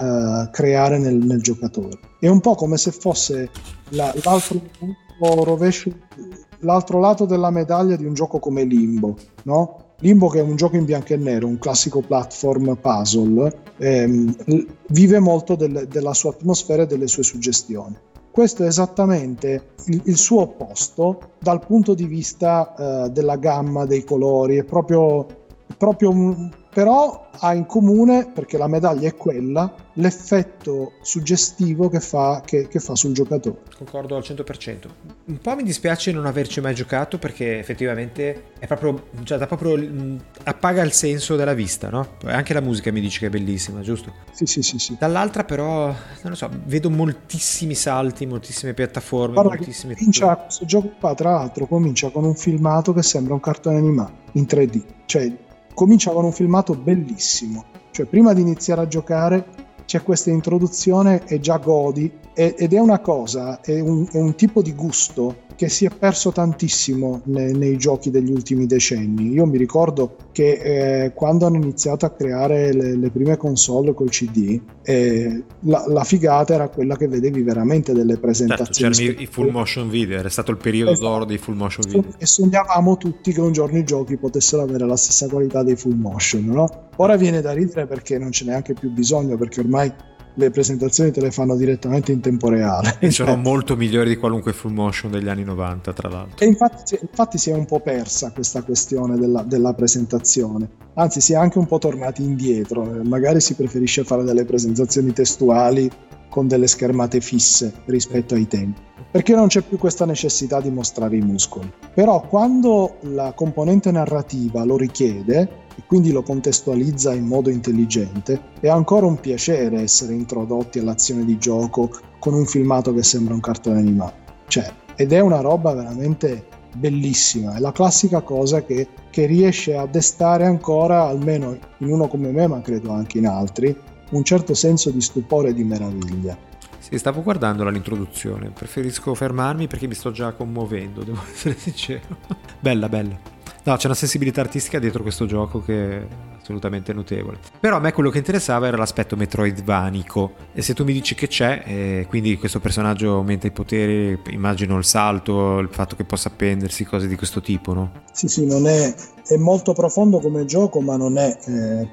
a uh, creare nel, nel giocatore. È un po' come se fosse la, l'altro rovescio, l'altro lato della medaglia di un gioco come Limbo, no? Limbo, che è un gioco in bianco e nero, un classico platform puzzle, ehm, vive molto del, della sua atmosfera e delle sue suggestioni. Questo è esattamente il, il suo opposto dal punto di vista eh, della gamma, dei colori, è proprio, proprio un, però ha in comune, perché la medaglia è quella, l'effetto suggestivo che fa, che, che fa sul giocatore. Concordo al cento per cento. Un po' mi dispiace non averci mai giocato, perché effettivamente è proprio, cioè, da proprio mh, appaga il senso della vista, no? Anche la musica mi dice che è bellissima, giusto? Sì, sì, sì, sì. Dall'altra però, non lo so, vedo moltissimi salti, moltissime piattaforme, Guarda, moltissime... comincia, questo gioco qua, tra l'altro, comincia con un filmato che sembra un cartone animato in tre D, cioè comincia con un filmato bellissimo, cioè prima di iniziare a giocare c'è questa introduzione e già godi, ed è una cosa, è un, è un tipo di gusto che si è perso tantissimo nei, nei giochi degli ultimi decenni. Io mi ricordo che eh, quando hanno iniziato a creare le, le prime console col C D, eh, la, la figata era quella che vedevi veramente delle presentazioni. Certo, c'erano i full motion video, era stato il periodo esatto. d'oro dei full motion video. E sognavamo tutti che un giorno i giochi potessero avere la stessa qualità dei full motion, no? Ora viene da ridere perché non ce n'è neanche più bisogno, perché ormai le presentazioni te le fanno direttamente in tempo reale e sono molto migliori di qualunque full motion degli anni novanta, tra l'altro. E infatti, infatti si è un po' persa questa questione della, della presentazione, anzi si è anche un po' tornati indietro, magari si preferisce fare delle presentazioni testuali con delle schermate fisse rispetto ai tempi, perché non c'è più questa necessità di mostrare i muscoli. Però quando la componente narrativa lo richiede e quindi lo contestualizza in modo intelligente, è ancora un piacere essere introdotti all'azione di gioco con un filmato che sembra un cartone animato, cioè, ed è una roba veramente bellissima, è la classica cosa che, che riesce a destare ancora, almeno in uno come me, ma credo anche in altri, un certo senso di stupore e di meraviglia. Sì, stavo guardando l'introduzione, preferisco fermarmi perché mi sto già commuovendo, devo essere sincero. Bella, bella. No, c'è una sensibilità artistica dietro questo gioco che è assolutamente notevole. Però a me quello che interessava era l'aspetto metroidvanico, e se tu mi dici che c'è, eh, quindi questo personaggio aumenta i poteri, immagino il salto, il fatto che possa appendersi, cose di questo tipo, no? Sì, sì, non è, è molto profondo come gioco, ma non è eh,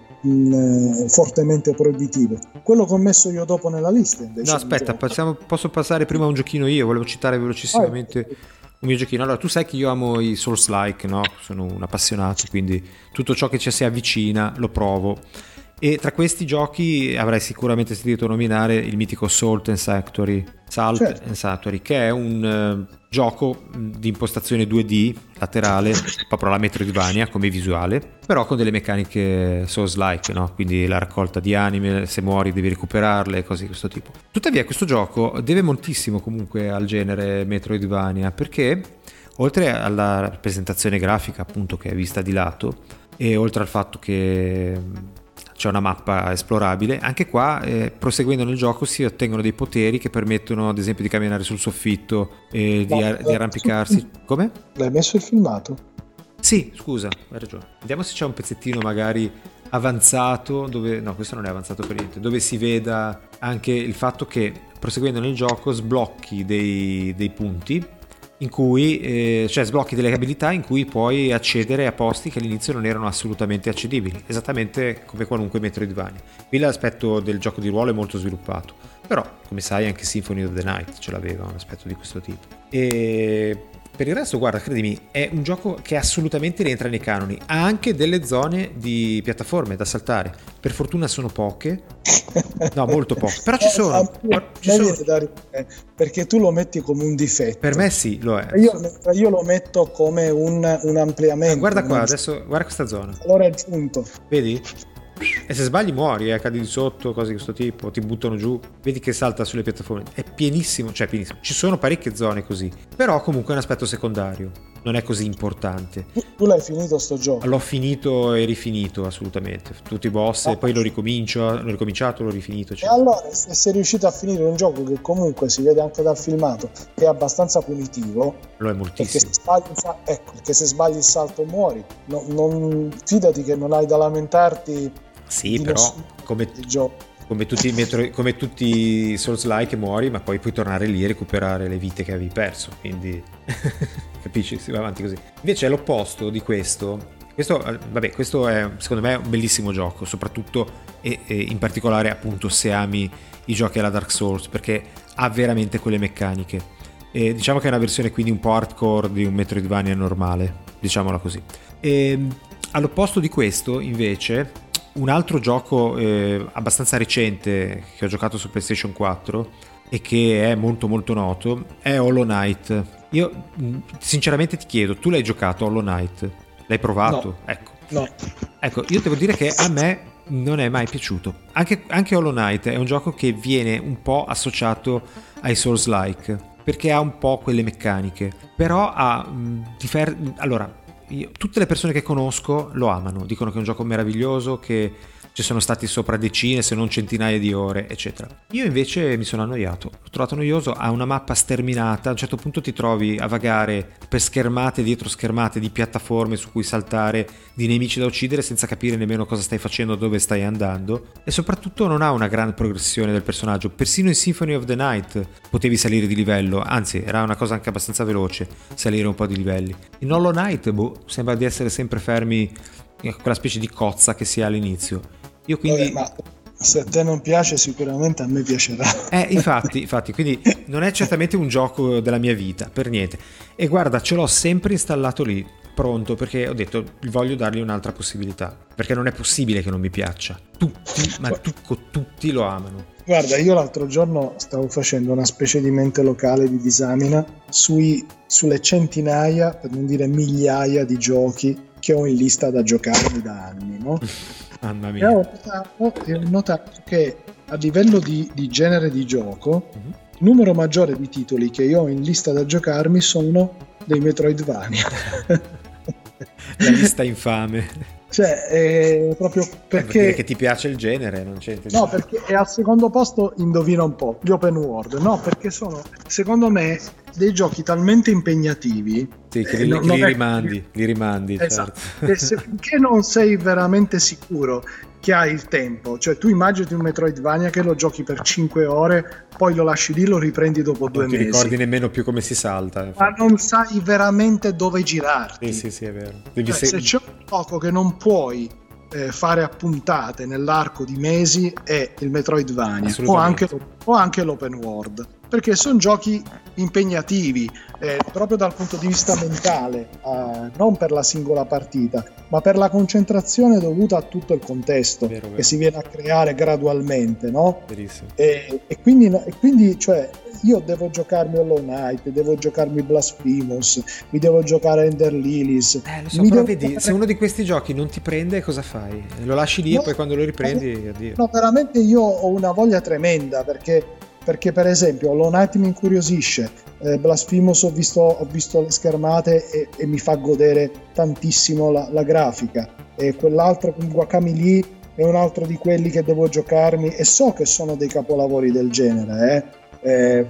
mh, fortemente proibitivo. Quello che ho messo io dopo nella lista invece. No, aspetta, passiamo, posso passare prima a un giochino io, volevo citare velocissimamente... Ah, un mio giochino. Allora, tu sai che io amo i Souls-like, no? Sono un appassionato, quindi tutto ciò che ci si avvicina lo provo. E tra questi giochi avrei sicuramente sentito nominare il mitico Salt and Sanctuary, Salt certo. and Sanctuary, che è un uh, gioco di impostazione due D laterale, proprio la Metroidvania come visuale, però con delle meccaniche Souls-like, no? Quindi la raccolta di anime, se muori devi recuperarle, cose di questo tipo. Tuttavia questo gioco deve moltissimo comunque al genere Metroidvania, perché oltre alla rappresentazione grafica, appunto, che è vista di lato, e oltre al fatto che c'è una mappa esplorabile, anche qua eh, proseguendo nel gioco si ottengono dei poteri che permettono ad esempio di camminare sul soffitto e di, ar- di arrampicarsi. Come? L'hai messo il filmato? Sì, scusa, hai ragione. Vediamo se c'è un pezzettino magari avanzato dove... no, questo non è avanzato per niente, dove si veda anche il fatto che proseguendo nel gioco sblocchi dei, dei punti in cui eh, cioè sblocchi delle abilità in cui puoi accedere a posti che all'inizio non erano assolutamente accedibili, esattamente come qualunque Metroidvania. Qui l'aspetto del gioco di ruolo è molto sviluppato, però come sai anche Symphony of the Night ce l'aveva un aspetto di questo tipo. E per il resto, guarda, credimi, è un gioco che assolutamente rientra nei canoni. Ha anche delle zone di piattaforme da saltare. Per fortuna sono poche. No, molto poche. Però ci sono. Ah, ci sono. Da ridere, perché tu lo metti come un difetto. Per me sì, lo è. Io, io lo metto come un, un ampliamento. Eh, guarda qua, adesso, guarda questa zona. Allora è giunto. Vedi? e se sbagli muori, eh, cadi di sotto, cose di questo tipo, ti buttano giù, vedi che salta sulle piattaforme, è pienissimo, cioè pienissimo, ci sono parecchie zone così, però comunque è un aspetto secondario, non è così importante. Tu, tu l'hai finito sto gioco? L'ho finito e rifinito assolutamente, tutti i boss, ah, e poi lo ricomincio, l'ho ricominciato, l'ho rifinito, eccetera. E allora se sei riuscito a finire un gioco che comunque si vede anche dal filmato che è abbastanza punitivo, lo è moltissimo, perché se sbagli, ecco, perché se sbagli il salto muori, no, non, fidati che non hai da lamentarti. Sì, però come, come tutti i metro, come tutti i Souls-like muori, ma poi puoi tornare lì e recuperare le vite che avevi perso, quindi capisci, si va avanti così. Invece è l'opposto di questo. Questo, vabbè, questo è secondo me un bellissimo gioco, soprattutto e, e in particolare appunto se ami i giochi alla Dark Souls, perché ha veramente quelle meccaniche. E diciamo che è una versione quindi un po' hardcore di un Metroidvania normale, diciamola così. E, all'opposto di questo invece un altro gioco eh, abbastanza recente che ho giocato su PlayStation quattro e che è molto molto noto è Hollow Knight. Io sinceramente ti chiedo, tu l'hai giocato Hollow Knight? L'hai provato? No. Ecco. No. Ecco, io devo dire che a me non è mai piaciuto. Anche, anche Hollow Knight è un gioco che viene un po' associato ai Souls-like, perché ha un po' quelle meccaniche, però ha mh, differ- allora io, tutte le persone che conosco lo amano, dicono che è un gioco meraviglioso, che ci sono stati sopra decine se non centinaia di ore eccetera. Io invece mi sono annoiato, l'ho trovato noioso, ha una mappa sterminata, a un certo punto ti trovi a vagare per schermate dietro schermate di piattaforme su cui saltare, di nemici da uccidere senza capire nemmeno cosa stai facendo, dove stai andando, e soprattutto non ha una grande progressione del personaggio. Persino in Symphony of the Night potevi salire di livello, anzi era una cosa anche abbastanza veloce salire un po' di livelli. In Hollow Knight boh, sembra di essere sempre fermi, quella specie di cozza che si ha all'inizio. Io quindi... Vabbè, ma se a te non piace sicuramente a me piacerà. Eh, infatti, infatti, quindi non è certamente un gioco della mia vita, per niente. E guarda, ce l'ho sempre installato lì, pronto, perché ho detto voglio dargli un'altra possibilità, perché non è possibile che non mi piaccia. Tutti, ma tu, tutti lo amano. Guarda, io l'altro giorno stavo facendo una specie di mente locale di disamina sui, sulle centinaia, per non dire migliaia di giochi che ho in lista da giocarmi da anni, no? Mamma mia. E ho notato, ho notato che a livello di, di genere di gioco, uh-huh. il numero maggiore di titoli che io ho in lista da giocarmi sono dei Metroidvania. La lista infame. Cioè, è proprio perché... Perché che ti piace il genere, non c'è. No, perché è al secondo posto, indovina un po', gli open world. No, perché sono, secondo me, dei giochi talmente impegnativi. Sì, che li, eh, non, che li è... rimandi, li rimandi, esatto. Certo. Che se, finché non sei veramente sicuro che hai il tempo, cioè tu immagini un Metroidvania che lo giochi per cinque ore, poi lo lasci lì, lo riprendi dopo due mesi. Non ti ricordi nemmeno più come si salta. Ma non sai veramente dove girarti. Sì, sì, sì, è vero. Devi cioè, se... se c'è un gioco che non puoi eh, fare a puntate nell'arco di mesi è il Metroidvania o anche, o anche l'open world, perché sono giochi impegnativi eh, proprio dal punto di vista mentale, eh, non per la singola partita, ma per la concentrazione dovuta a tutto il contesto vero, vero. che si viene a creare gradualmente, no? Verissimo. E, e quindi, e quindi cioè, io devo giocarmi Hollow Knight, devo giocarmi Blasphemous, mi devo giocare Ender Lilies. Eh, lo so, però vedi, fare... se uno di questi giochi non ti prende, cosa fai? Lo lasci lì no, e poi quando lo riprendi, addio. No, veramente io ho una voglia tremenda, perché, perché per esempio Hollow Knight mi incuriosisce, eh, Blasphemous ho visto, ho visto le schermate e, e mi fa godere tantissimo la, la grafica, e quell'altro Guacamelee è un altro di quelli che devo giocarmi e so che sono dei capolavori del genere, eh. Eh,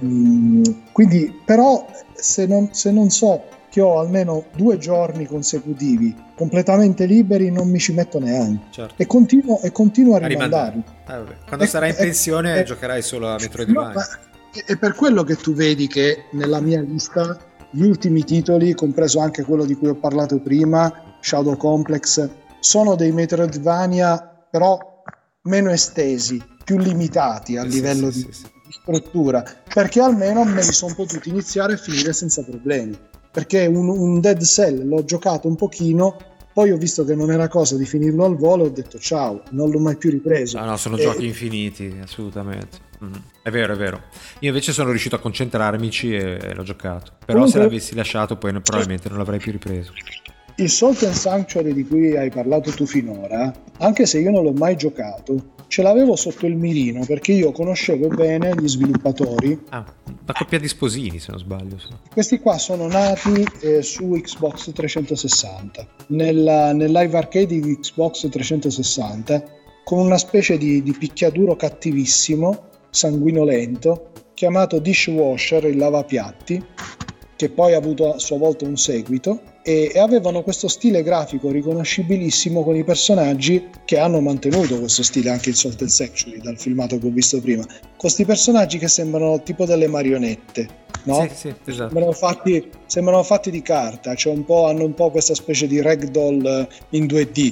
quindi però se non, se non so che ho almeno due giorni consecutivi completamente liberi non mi ci metto neanche, certo. e continuo e continuo a, a rimandarli. Ah, quando e, sarai in pensione e, giocherai solo a Metroidvania. No, è per quello che tu vedi che nella mia lista gli ultimi titoli, compreso anche quello di cui ho parlato prima, Shadow Complex, sono dei Metroidvania però meno estesi, più limitati a sì, livello sì, di sì, sì. struttura, perché almeno me li sono potuti iniziare e finire senza problemi, perché un, un Dead Cell l'ho giocato un pochino, poi ho visto che non era cosa di finirlo al volo e ho detto ciao, non l'ho mai più ripreso. No, no, sono e... giochi infiniti, assolutamente. Mm. È vero, è vero. Io invece sono riuscito a concentrarmici e l'ho giocato, però comunque... se l'avessi lasciato poi probabilmente non l'avrei più ripreso. il Salt and Sanctuary di cui hai parlato tu finora, anche se io non l'ho mai giocato, ce l'avevo sotto il mirino perché io conoscevo bene gli sviluppatori. Ah, una coppia di sposini se non sbaglio. Sì. Questi qua sono nati eh, su Xbox trecentosessanta, nella, nel live arcade di Xbox trecentosessanta, con una specie di, di picchiaduro cattivissimo, sanguinolento, chiamato Dishwasher, il lavapiatti, che poi ha avuto a sua volta un seguito, e, e avevano questo stile grafico riconoscibilissimo con i personaggi che hanno mantenuto questo stile anche in Salt and Sanctuary, dal filmato che ho visto prima, questi personaggi che sembrano tipo delle marionette, no? Sì, sì, esatto. Sembrano fatti, sembrano fatti di carta, cioè un po', hanno un po' questa specie di ragdoll in due D,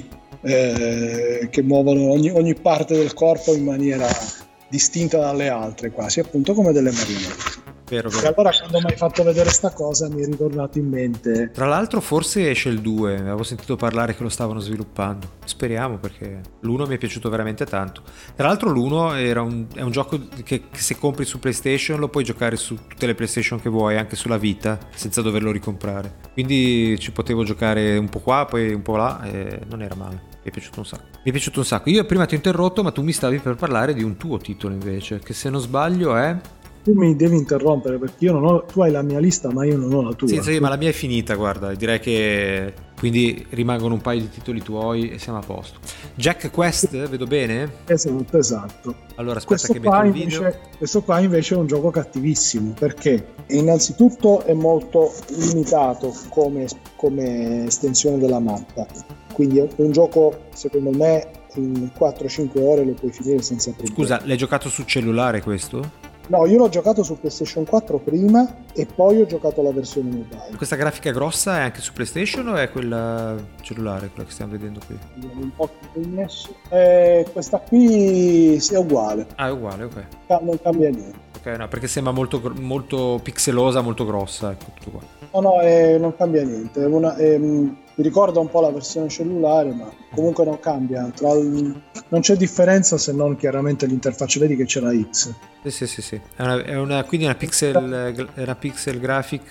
eh, che muovono ogni, ogni parte del corpo in maniera distinta dalle altre, quasi appunto come delle marionette. Vero, vero. E allora quando mi hai fatto vedere sta cosa mi è ritornato in mente. Tra l'altro forse esce il due, avevo sentito parlare che lo stavano sviluppando, speriamo, perché l'uno mi è piaciuto veramente tanto. Tra l'altro l'uno era un, è un gioco che, che se compri su PlayStation lo puoi giocare su tutte le PlayStation che vuoi, anche sulla Vita, senza doverlo ricomprare, quindi ci potevo giocare un po' qua poi un po' là e non era male. Mi è piaciuto un sacco. Mi è piaciuto un sacco. Io prima ti ho interrotto, ma tu mi stavi per parlare di un tuo titolo invece, che se non sbaglio è... Tu mi devi interrompere perché io non ho, tu hai la mia lista ma io non ho la tua. Sì, sì, ma la mia è finita, guarda, direi che quindi rimangono un paio di titoli tuoi e siamo a posto. Jack Quest, vedo bene? Esatto, esatto. Allora aspetta questo che metto il invece, video. Questo qua invece è un gioco cattivissimo perché innanzitutto è molto limitato come, come estensione della mappa, quindi è un gioco secondo me in quattro cinque ore lo puoi finire senza problemi. Scusa, l'hai giocato su cellulare questo? No, io l'ho giocato su PlayStation quattro prima e poi ho giocato la versione mobile. Questa grafica grossa è anche su PlayStation o è quella cellulare, quella che stiamo vedendo qui? Un po' connesso. Eh, questa qui è uguale. Ah, è uguale, ok. Non cambia niente. Ok, no, perché sembra molto, molto pixelosa, molto grossa, ecco, tutto qua. No, no, eh, non cambia niente. È una, è, mi ricorda un po' la versione cellulare, ma comunque non cambia. Tra il, non c'è differenza se non chiaramente l'interfaccia. Vedi che c'è la X. Sì, sì, sì, sì. È una, è una, quindi una pixel, una pixel graphic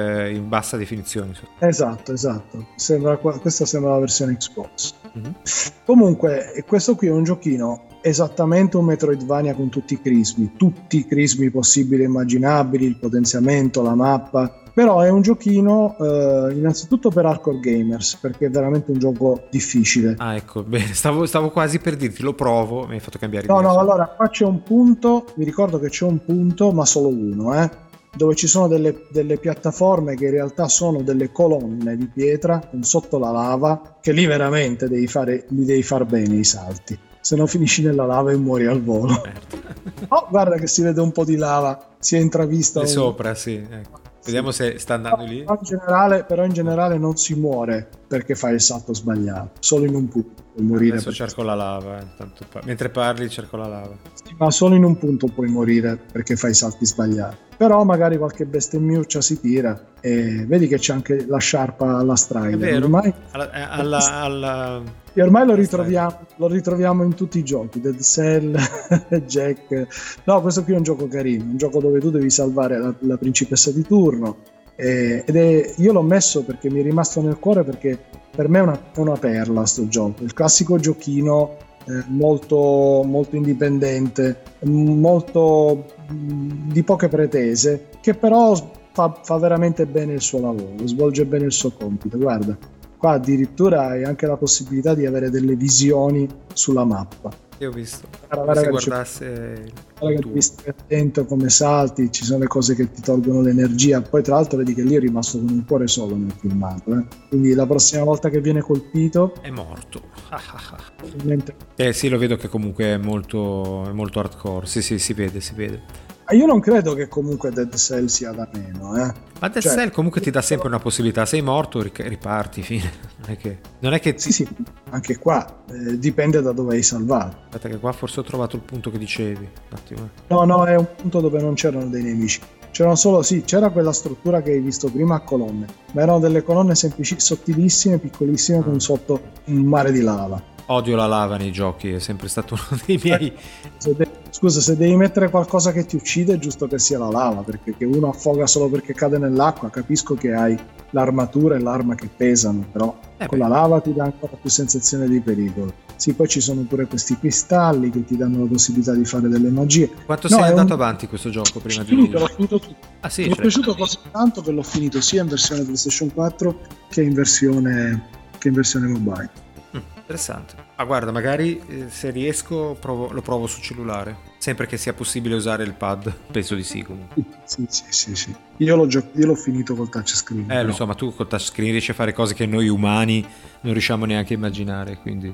in bassa definizione. Esatto, esatto. Sembra, questa sembra la versione Xbox. Mm-hmm. Comunque, questo qui è un giochino esattamente un Metroidvania con tutti i crismi, tutti i crismi possibili e immaginabili, il potenziamento, la mappa. Però è un giochino eh, innanzitutto per hardcore gamers, perché è veramente un gioco difficile. Ah, ecco, bene, stavo, stavo quasi per dirti, lo provo, mi hai fatto cambiare idea. No, no, su. allora qua c'è un punto, mi ricordo che c'è un punto, ma solo uno, eh, dove ci sono delle, delle piattaforme che in realtà sono delle colonne di pietra con sotto la lava, che lì veramente devi fare, li devi far bene i salti, se no finisci nella lava e muori al volo. Oh, guarda che si vede un po' di lava, si è intravista. Di un... sopra, sì, ecco. Vediamo se sta andando lì. Però in, generale, però in generale non si muore perché fai il salto sbagliato, solo in un punto puoi morire. Adesso cerco la lava, eh. Tanto pa- mentre parli cerco la lava. Sì, ma solo in un punto puoi morire perché fai i salti sbagliati. Però magari qualche bestemmiuccia si tira e vedi che c'è anche la sciarpa alla Strider. È vero, ormai, alla, alla, alla... E ormai lo ritroviamo, lo ritroviamo in tutti i giochi, Dead Cell, Jack. No, questo qui è un gioco carino, un gioco dove tu devi salvare la, la principessa di turno. Eh, ed è, io l'ho messo perché mi è rimasto nel cuore, perché per me è una, è una perla sto gioco, il classico giochino eh, molto, molto indipendente, molto mh, di poche pretese, che però fa, fa veramente bene il suo lavoro, svolge bene il suo compito. Guarda, qua addirittura hai anche la possibilità di avere delle visioni sulla mappa. Io ho visto, guarda, se guarda, guardasse guarda che stai attento come salti, ci sono le cose che ti tolgono l'energia. Poi tra l'altro vedi che lì è rimasto con un cuore solo nel filmato, eh? Quindi la prossima volta che viene colpito è morto. Eh sì, lo vedo che comunque è molto, è molto hardcore. Sì, sì, si vede, si vede. Io non credo che comunque Dead Cell sia da meno, eh. Ma Dead cioè, Cell comunque ti dà sempre una possibilità. Sei morto, riparti, fine. Non è che, non è che... Sì, sì, anche qua eh, dipende da dove hai salvato. Aspetta che qua forse ho trovato il punto che dicevi. Un attimo. Eh. No, no, è un punto dove non c'erano dei nemici. C'erano solo, sì, c'era quella struttura che hai visto prima a colonne, ma erano delle colonne semplici, sottilissime, piccolissime, ah. con sotto un mare di lava. Odio la lava nei giochi, è sempre stato uno dei miei... Se de- Scusa, se devi mettere qualcosa che ti uccide è giusto che sia la lava, perché che uno affoga solo perché cade nell'acqua, capisco che hai l'armatura e l'arma che pesano, però Eh con beh. la lava ti dà ancora più sensazione di pericolo. Sì, poi ci sono pure questi cristalli che ti danno la possibilità di fare delle magie. Quanto No, sei è andato un- avanti questo gioco prima di... Finito, l'ho finito tutto. Ah sì, Mi è cioè- piaciuto così tanto che l'ho finito sia in versione PlayStation quattro che in versione, che in versione mobile. Mm, interessante. Ah guarda, magari eh, se riesco provo- lo provo su cellulare, sempre che sia possibile usare il pad, penso di sì comunque. Sì, sì, sì, sì. Io l'ho, gio- io l'ho finito col touchscreen. Eh però. lo so, ma tu col touchscreen riesci a fare cose che noi umani non riusciamo neanche a immaginare, quindi...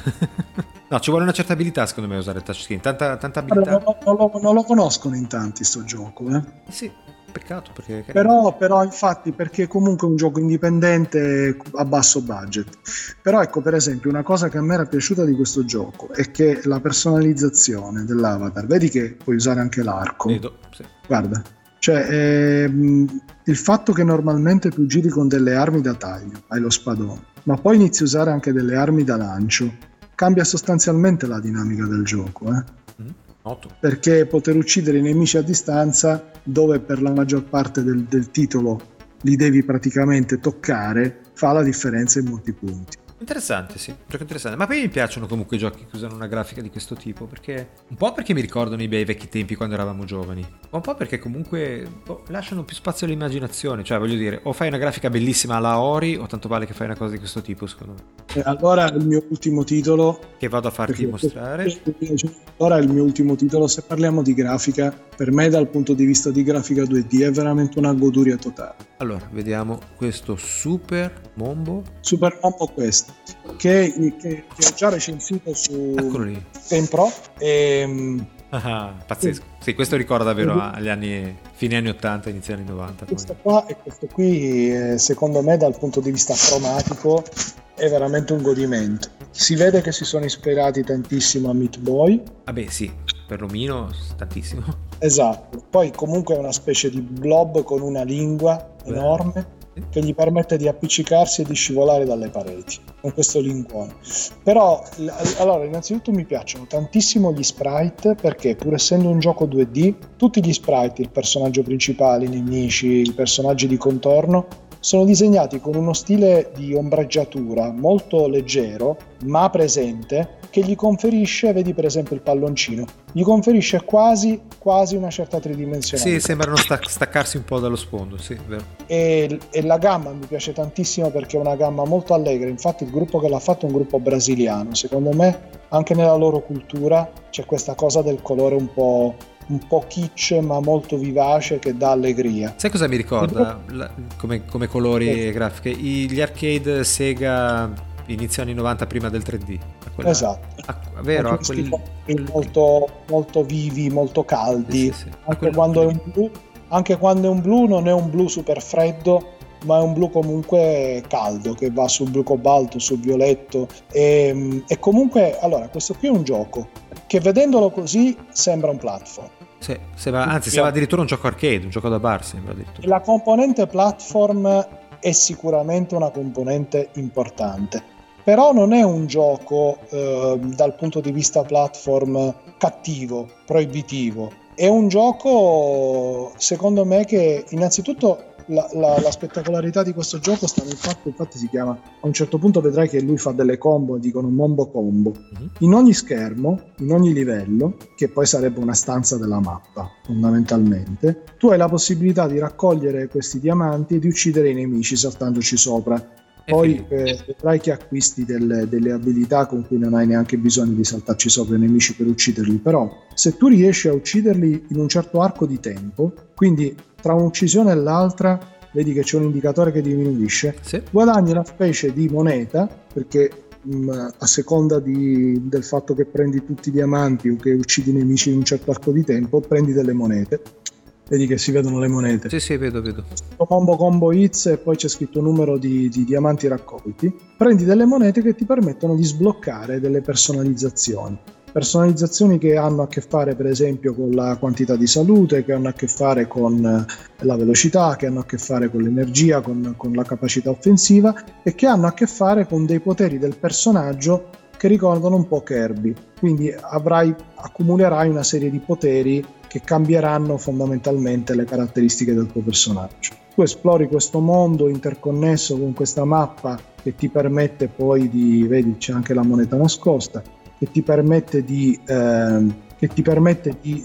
No, ci vuole una certa abilità secondo me a usare il touchscreen, tanta, tanta Guarda, abilità. non, non lo, non lo conoscono in tanti sto gioco, eh. Eh sì, peccato perché... Però, però infatti perché comunque è un gioco indipendente a basso budget. Però ecco, per esempio, una cosa che a me era piaciuta di questo gioco è che la personalizzazione dell'avatar, vedi che puoi usare anche l'arco. Vedo, sì. Guarda, cioè ehm, il fatto che normalmente tu giri con delle armi da taglio, hai lo spadone, ma poi inizi a usare anche delle armi da lancio, cambia sostanzialmente la dinamica del gioco, eh? Mm, noto. Perché poter uccidere i nemici a distanza, dove per la maggior parte del, del titolo li devi praticamente toccare, fa la differenza in molti punti. Interessante, sì, gioco interessante. Ma poi mi piacciono comunque i giochi che usano una grafica di questo tipo, perché un po' perché mi ricordano i bei vecchi tempi quando eravamo giovani, ma un po' perché comunque boh, lasciano più spazio all'immaginazione, cioè voglio dire, o fai una grafica bellissima alla Ori, o tanto vale che fai una cosa di questo tipo, secondo me. E allora il mio ultimo titolo, Che vado a farti perché- mostrare. Allora il mio ultimo titolo, se parliamo di grafica, per me dal punto di vista di grafica due D è veramente una goduria totale. Allora, vediamo questo Super Mombo. Super Mombo questo, che, che, che ho già recensito su Eccolo lì. GamePro e Ah, pazzesco. Sì, questo ricorda davvero agli anni, fine anni ottanta, inizio anni novanta. poi. questo qua e questo qui eh, secondo me dal punto di vista cromatico è veramente un godimento. Si vede che si sono ispirati tantissimo a Meat Boy. Vabbè, sì, per Romino tantissimo. Esatto, poi comunque è una specie di blob con una lingua enorme che gli permette di appiccicarsi e di scivolare dalle pareti con questo linguone. Però l- allora innanzitutto mi piacciono tantissimo gli sprite, perché pur essendo un gioco due D tutti gli sprite, il personaggio principale, i nemici, i personaggi di contorno sono disegnati con uno stile di ombreggiatura molto leggero ma presente, che gli conferisce, vedi per esempio il palloncino, gli conferisce quasi quasi una certa tridimensionalità. Sì, sembrano stac- staccarsi un po' dallo sfondo, sì, vero. E, e la gamma mi piace tantissimo perché è una gamma molto allegra. Infatti il gruppo che l'ha fatto è un gruppo brasiliano. Secondo me anche nella loro cultura c'è questa cosa del colore un po', un po' kitsch ma molto vivace, che dà allegria. Sai cosa mi ricorda La- come, come colori Sì. e grafiche? I- gli arcade Sega inizio anni novanta prima del tre D. A quella- Esatto. a- vero, a Questi quel- colori molto, molto vivi, molto caldi. Sì, sì, sì. A Anche, quel- quando è un blu, anche quando è un blu non è un blu super freddo, ma è un blu comunque caldo, che va sul blu cobalto, sul violetto. E, e comunque, allora, questo qui è un gioco che vedendolo così sembra un platform. sì, sembra- anzi, sembra addirittura un gioco arcade, un gioco da bar, sembra addirittura. La componente platform è sicuramente una componente importante, però non è un gioco eh, dal punto di vista platform cattivo, proibitivo. È un gioco, secondo me, che innanzitutto la, la, la spettacolarità di questo gioco sta nel fatto, infatti si chiama, a un certo punto vedrai che lui fa delle combo, dicono Mombo Combo. Mhm. In ogni schermo, in ogni livello, che poi sarebbe una stanza della mappa fondamentalmente, tu hai la possibilità di raccogliere questi diamanti e di uccidere i nemici saltandoci sopra. È Poi figo. eh, vedrai che acquisti delle, delle abilità con cui non hai neanche bisogno di saltarci sopra i nemici per ucciderli, però se tu riesci a ucciderli in un certo arco di tempo, quindi tra un'uccisione e l'altra vedi che c'è un indicatore che diminuisce, Sì. guadagni una specie di moneta, perché mh, a seconda di, del fatto che prendi tutti i diamanti o che uccidi i nemici in un certo arco di tempo, prendi delle monete. Vedi che si vedono le monete. Sì, sì, vedo, vedo. Combo combo hits e poi c'è scritto numero di, di diamanti raccolti. Prendi delle monete che ti permettono di sbloccare delle personalizzazioni. Personalizzazioni che hanno a che fare per esempio con la quantità di salute, che hanno a che fare con la velocità, che hanno a che fare con l'energia, con, con la capacità offensiva, e che hanno a che fare con dei poteri del personaggio che ricordano un po' Kirby, quindi avrai, accumulerai una serie di poteri che cambieranno fondamentalmente le caratteristiche del tuo personaggio. Tu esplori questo mondo interconnesso con questa mappa che ti permette poi di, vedi c'è anche la moneta nascosta, che ti permette di, ehm, che ti permette di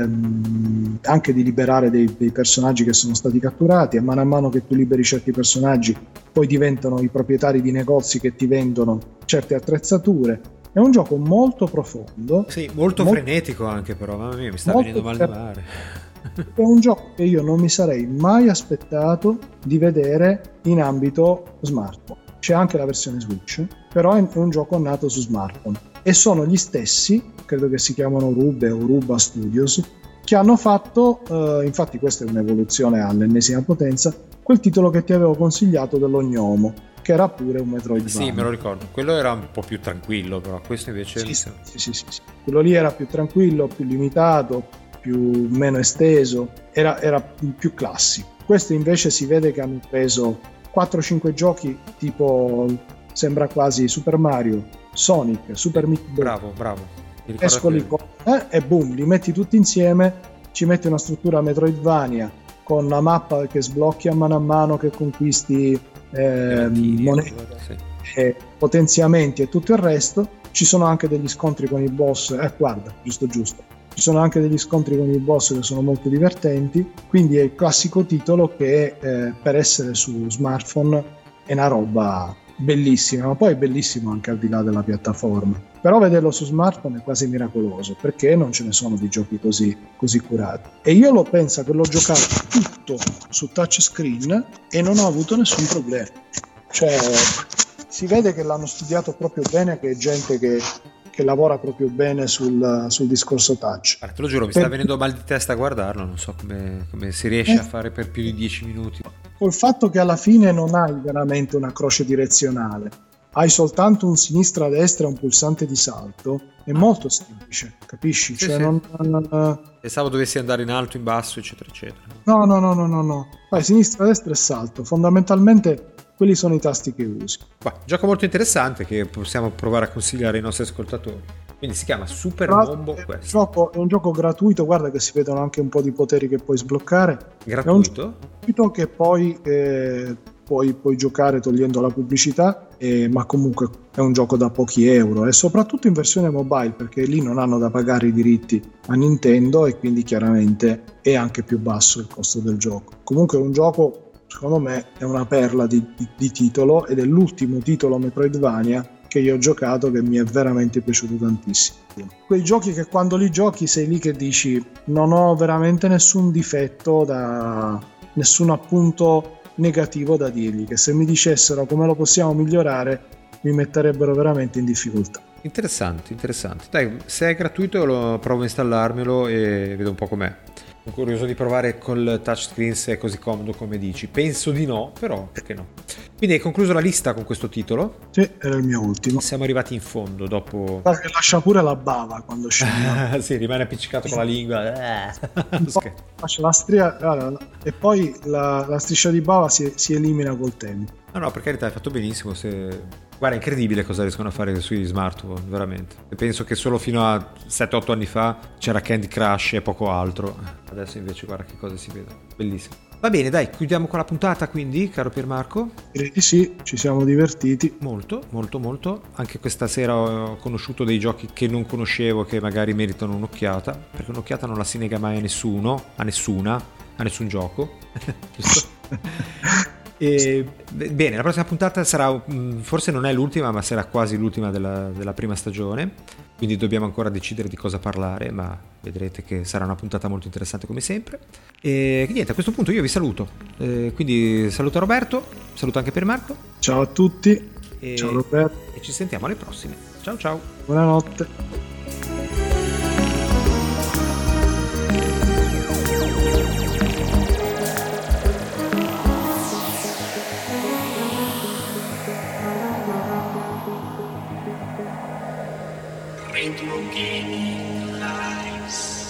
ehm, anche di liberare dei, dei personaggi che sono stati catturati, e mano a mano che tu liberi certi personaggi poi diventano i proprietari di negozi che ti vendono certe attrezzature. È un gioco molto profondo. Sì, molto, molto frenetico anche, però, mamma mia, mi sta venendo mal di mare. È un gioco che io non mi sarei mai aspettato di vedere in ambito smartphone. C'è anche la versione Switch, però è un gioco nato su smartphone. E sono gli stessi, credo che si chiamano Rube o Ruba Studios, che hanno fatto, eh, infatti questa è un'evoluzione all'ennesima potenza, quel titolo che ti avevo consigliato dello Gnomo, che era pure un Metroidvania. Sì, me lo ricordo. Quello era un po' più tranquillo, però questo invece... Sì, sì, sì, sì, sì. Quello lì era più tranquillo, più limitato, più meno esteso, era, era più classico. Questo invece si vede che hanno preso quattro cinque giochi tipo, sembra quasi Super Mario, Sonic, Super Meat Boy. Bravo, bravo. Escoli con, eh, e boom, li metti tutti insieme, ci metti una struttura Metroidvania con una mappa che sblocchi a mano a mano che conquisti eh, monete, sì. eh, potenziamenti e tutto il resto. Ci sono anche degli scontri con i boss, eh guarda, giusto giusto. Ci sono anche degli scontri con i boss che sono molto divertenti, quindi è il classico titolo che eh, per essere su smartphone è una roba bellissima, ma poi è bellissimo anche al di là della piattaforma. Però vederlo su smartphone è quasi miracoloso, perché non ce ne sono di giochi così, così curati. E io lo penso che l'ho giocato tutto su touchscreen e non ho avuto nessun problema. Cioè, si vede che l'hanno studiato proprio bene, che è gente che che lavora proprio bene sul, sul discorso touch. Guarda, te lo giuro, mi per... sta venendo mal di testa a guardarlo, non so come, come si riesce eh. a fare per più di dieci minuti. Col fatto che alla fine non hai veramente una croce direzionale, hai soltanto un sinistra-destra e un pulsante di salto, è ah. molto semplice, capisci? Sì, cioè, sì. Non... Pensavo dovessi andare in alto, in basso, eccetera, eccetera. No, no, no, no, no, no. Vai sinistra-destra e salto, fondamentalmente quelli sono i tasti che usi. Bah, gioco molto interessante che possiamo provare a consigliare ai nostri ascoltatori. Quindi si chiama Super Mombo è, Quest. Gioco, è un gioco gratuito, guarda che si vedono anche un po' di poteri che puoi sbloccare. Gratuito? È un gioco che poi eh, puoi, puoi giocare togliendo la pubblicità, eh, ma comunque è un gioco da pochi euro e soprattutto in versione mobile, perché lì non hanno da pagare i diritti a Nintendo e quindi chiaramente è anche più basso il costo del gioco. Comunque è un gioco, secondo me, è una perla di, di, di titolo ed è l'ultimo titolo Metroidvania che io ho giocato che mi è veramente piaciuto tantissimo. Quei giochi che quando li giochi sei lì che dici non ho veramente nessun difetto, da nessun appunto negativo da dirgli, che se mi dicessero come lo possiamo migliorare mi metterebbero veramente in difficoltà. Interessante, interessante. Dai, se è gratuito lo provo a installarmelo e vedo un po' com'è. Sono curioso di provare col touchscreen se è così comodo come dici. Penso di no, però perché no? Quindi hai concluso la lista con questo titolo? Sì, era il mio ultimo. Siamo arrivati in fondo dopo... Guarda che lascia pure la bava quando scende. Sì, rimane appiccicato con la lingua. Lascia la stria... E poi la, la striscia di bava si, si elimina col tempo. No, no, per carità, hai fatto benissimo. Se... Guarda, è incredibile cosa riescono a fare sui smartphone, veramente. Penso che solo fino a sette otto anni fa c'era Candy Crush e poco altro. Adesso invece guarda che cosa si vede. Bellissimo. Va bene, dai, chiudiamo con la puntata quindi, caro Piermarco. Direi di sì, ci siamo divertiti. Molto, molto, molto. Anche questa sera ho conosciuto dei giochi che non conoscevo che magari meritano un'occhiata, perché un'occhiata non la si nega mai a nessuno, a nessuna, a nessun gioco. Giusto? E, bene, la prossima puntata sarà, forse non è l'ultima, ma sarà quasi l'ultima della, della prima stagione, quindi dobbiamo ancora decidere di cosa parlare, ma vedrete che sarà una puntata molto interessante come sempre. E niente, a questo punto io vi saluto, e quindi saluto Roberto, saluto anche Piermarco. Ciao a tutti, e, ciao Roberto. E ci sentiamo alle prossime. Ciao ciao. Buonanotte. Retro Gaming Lives.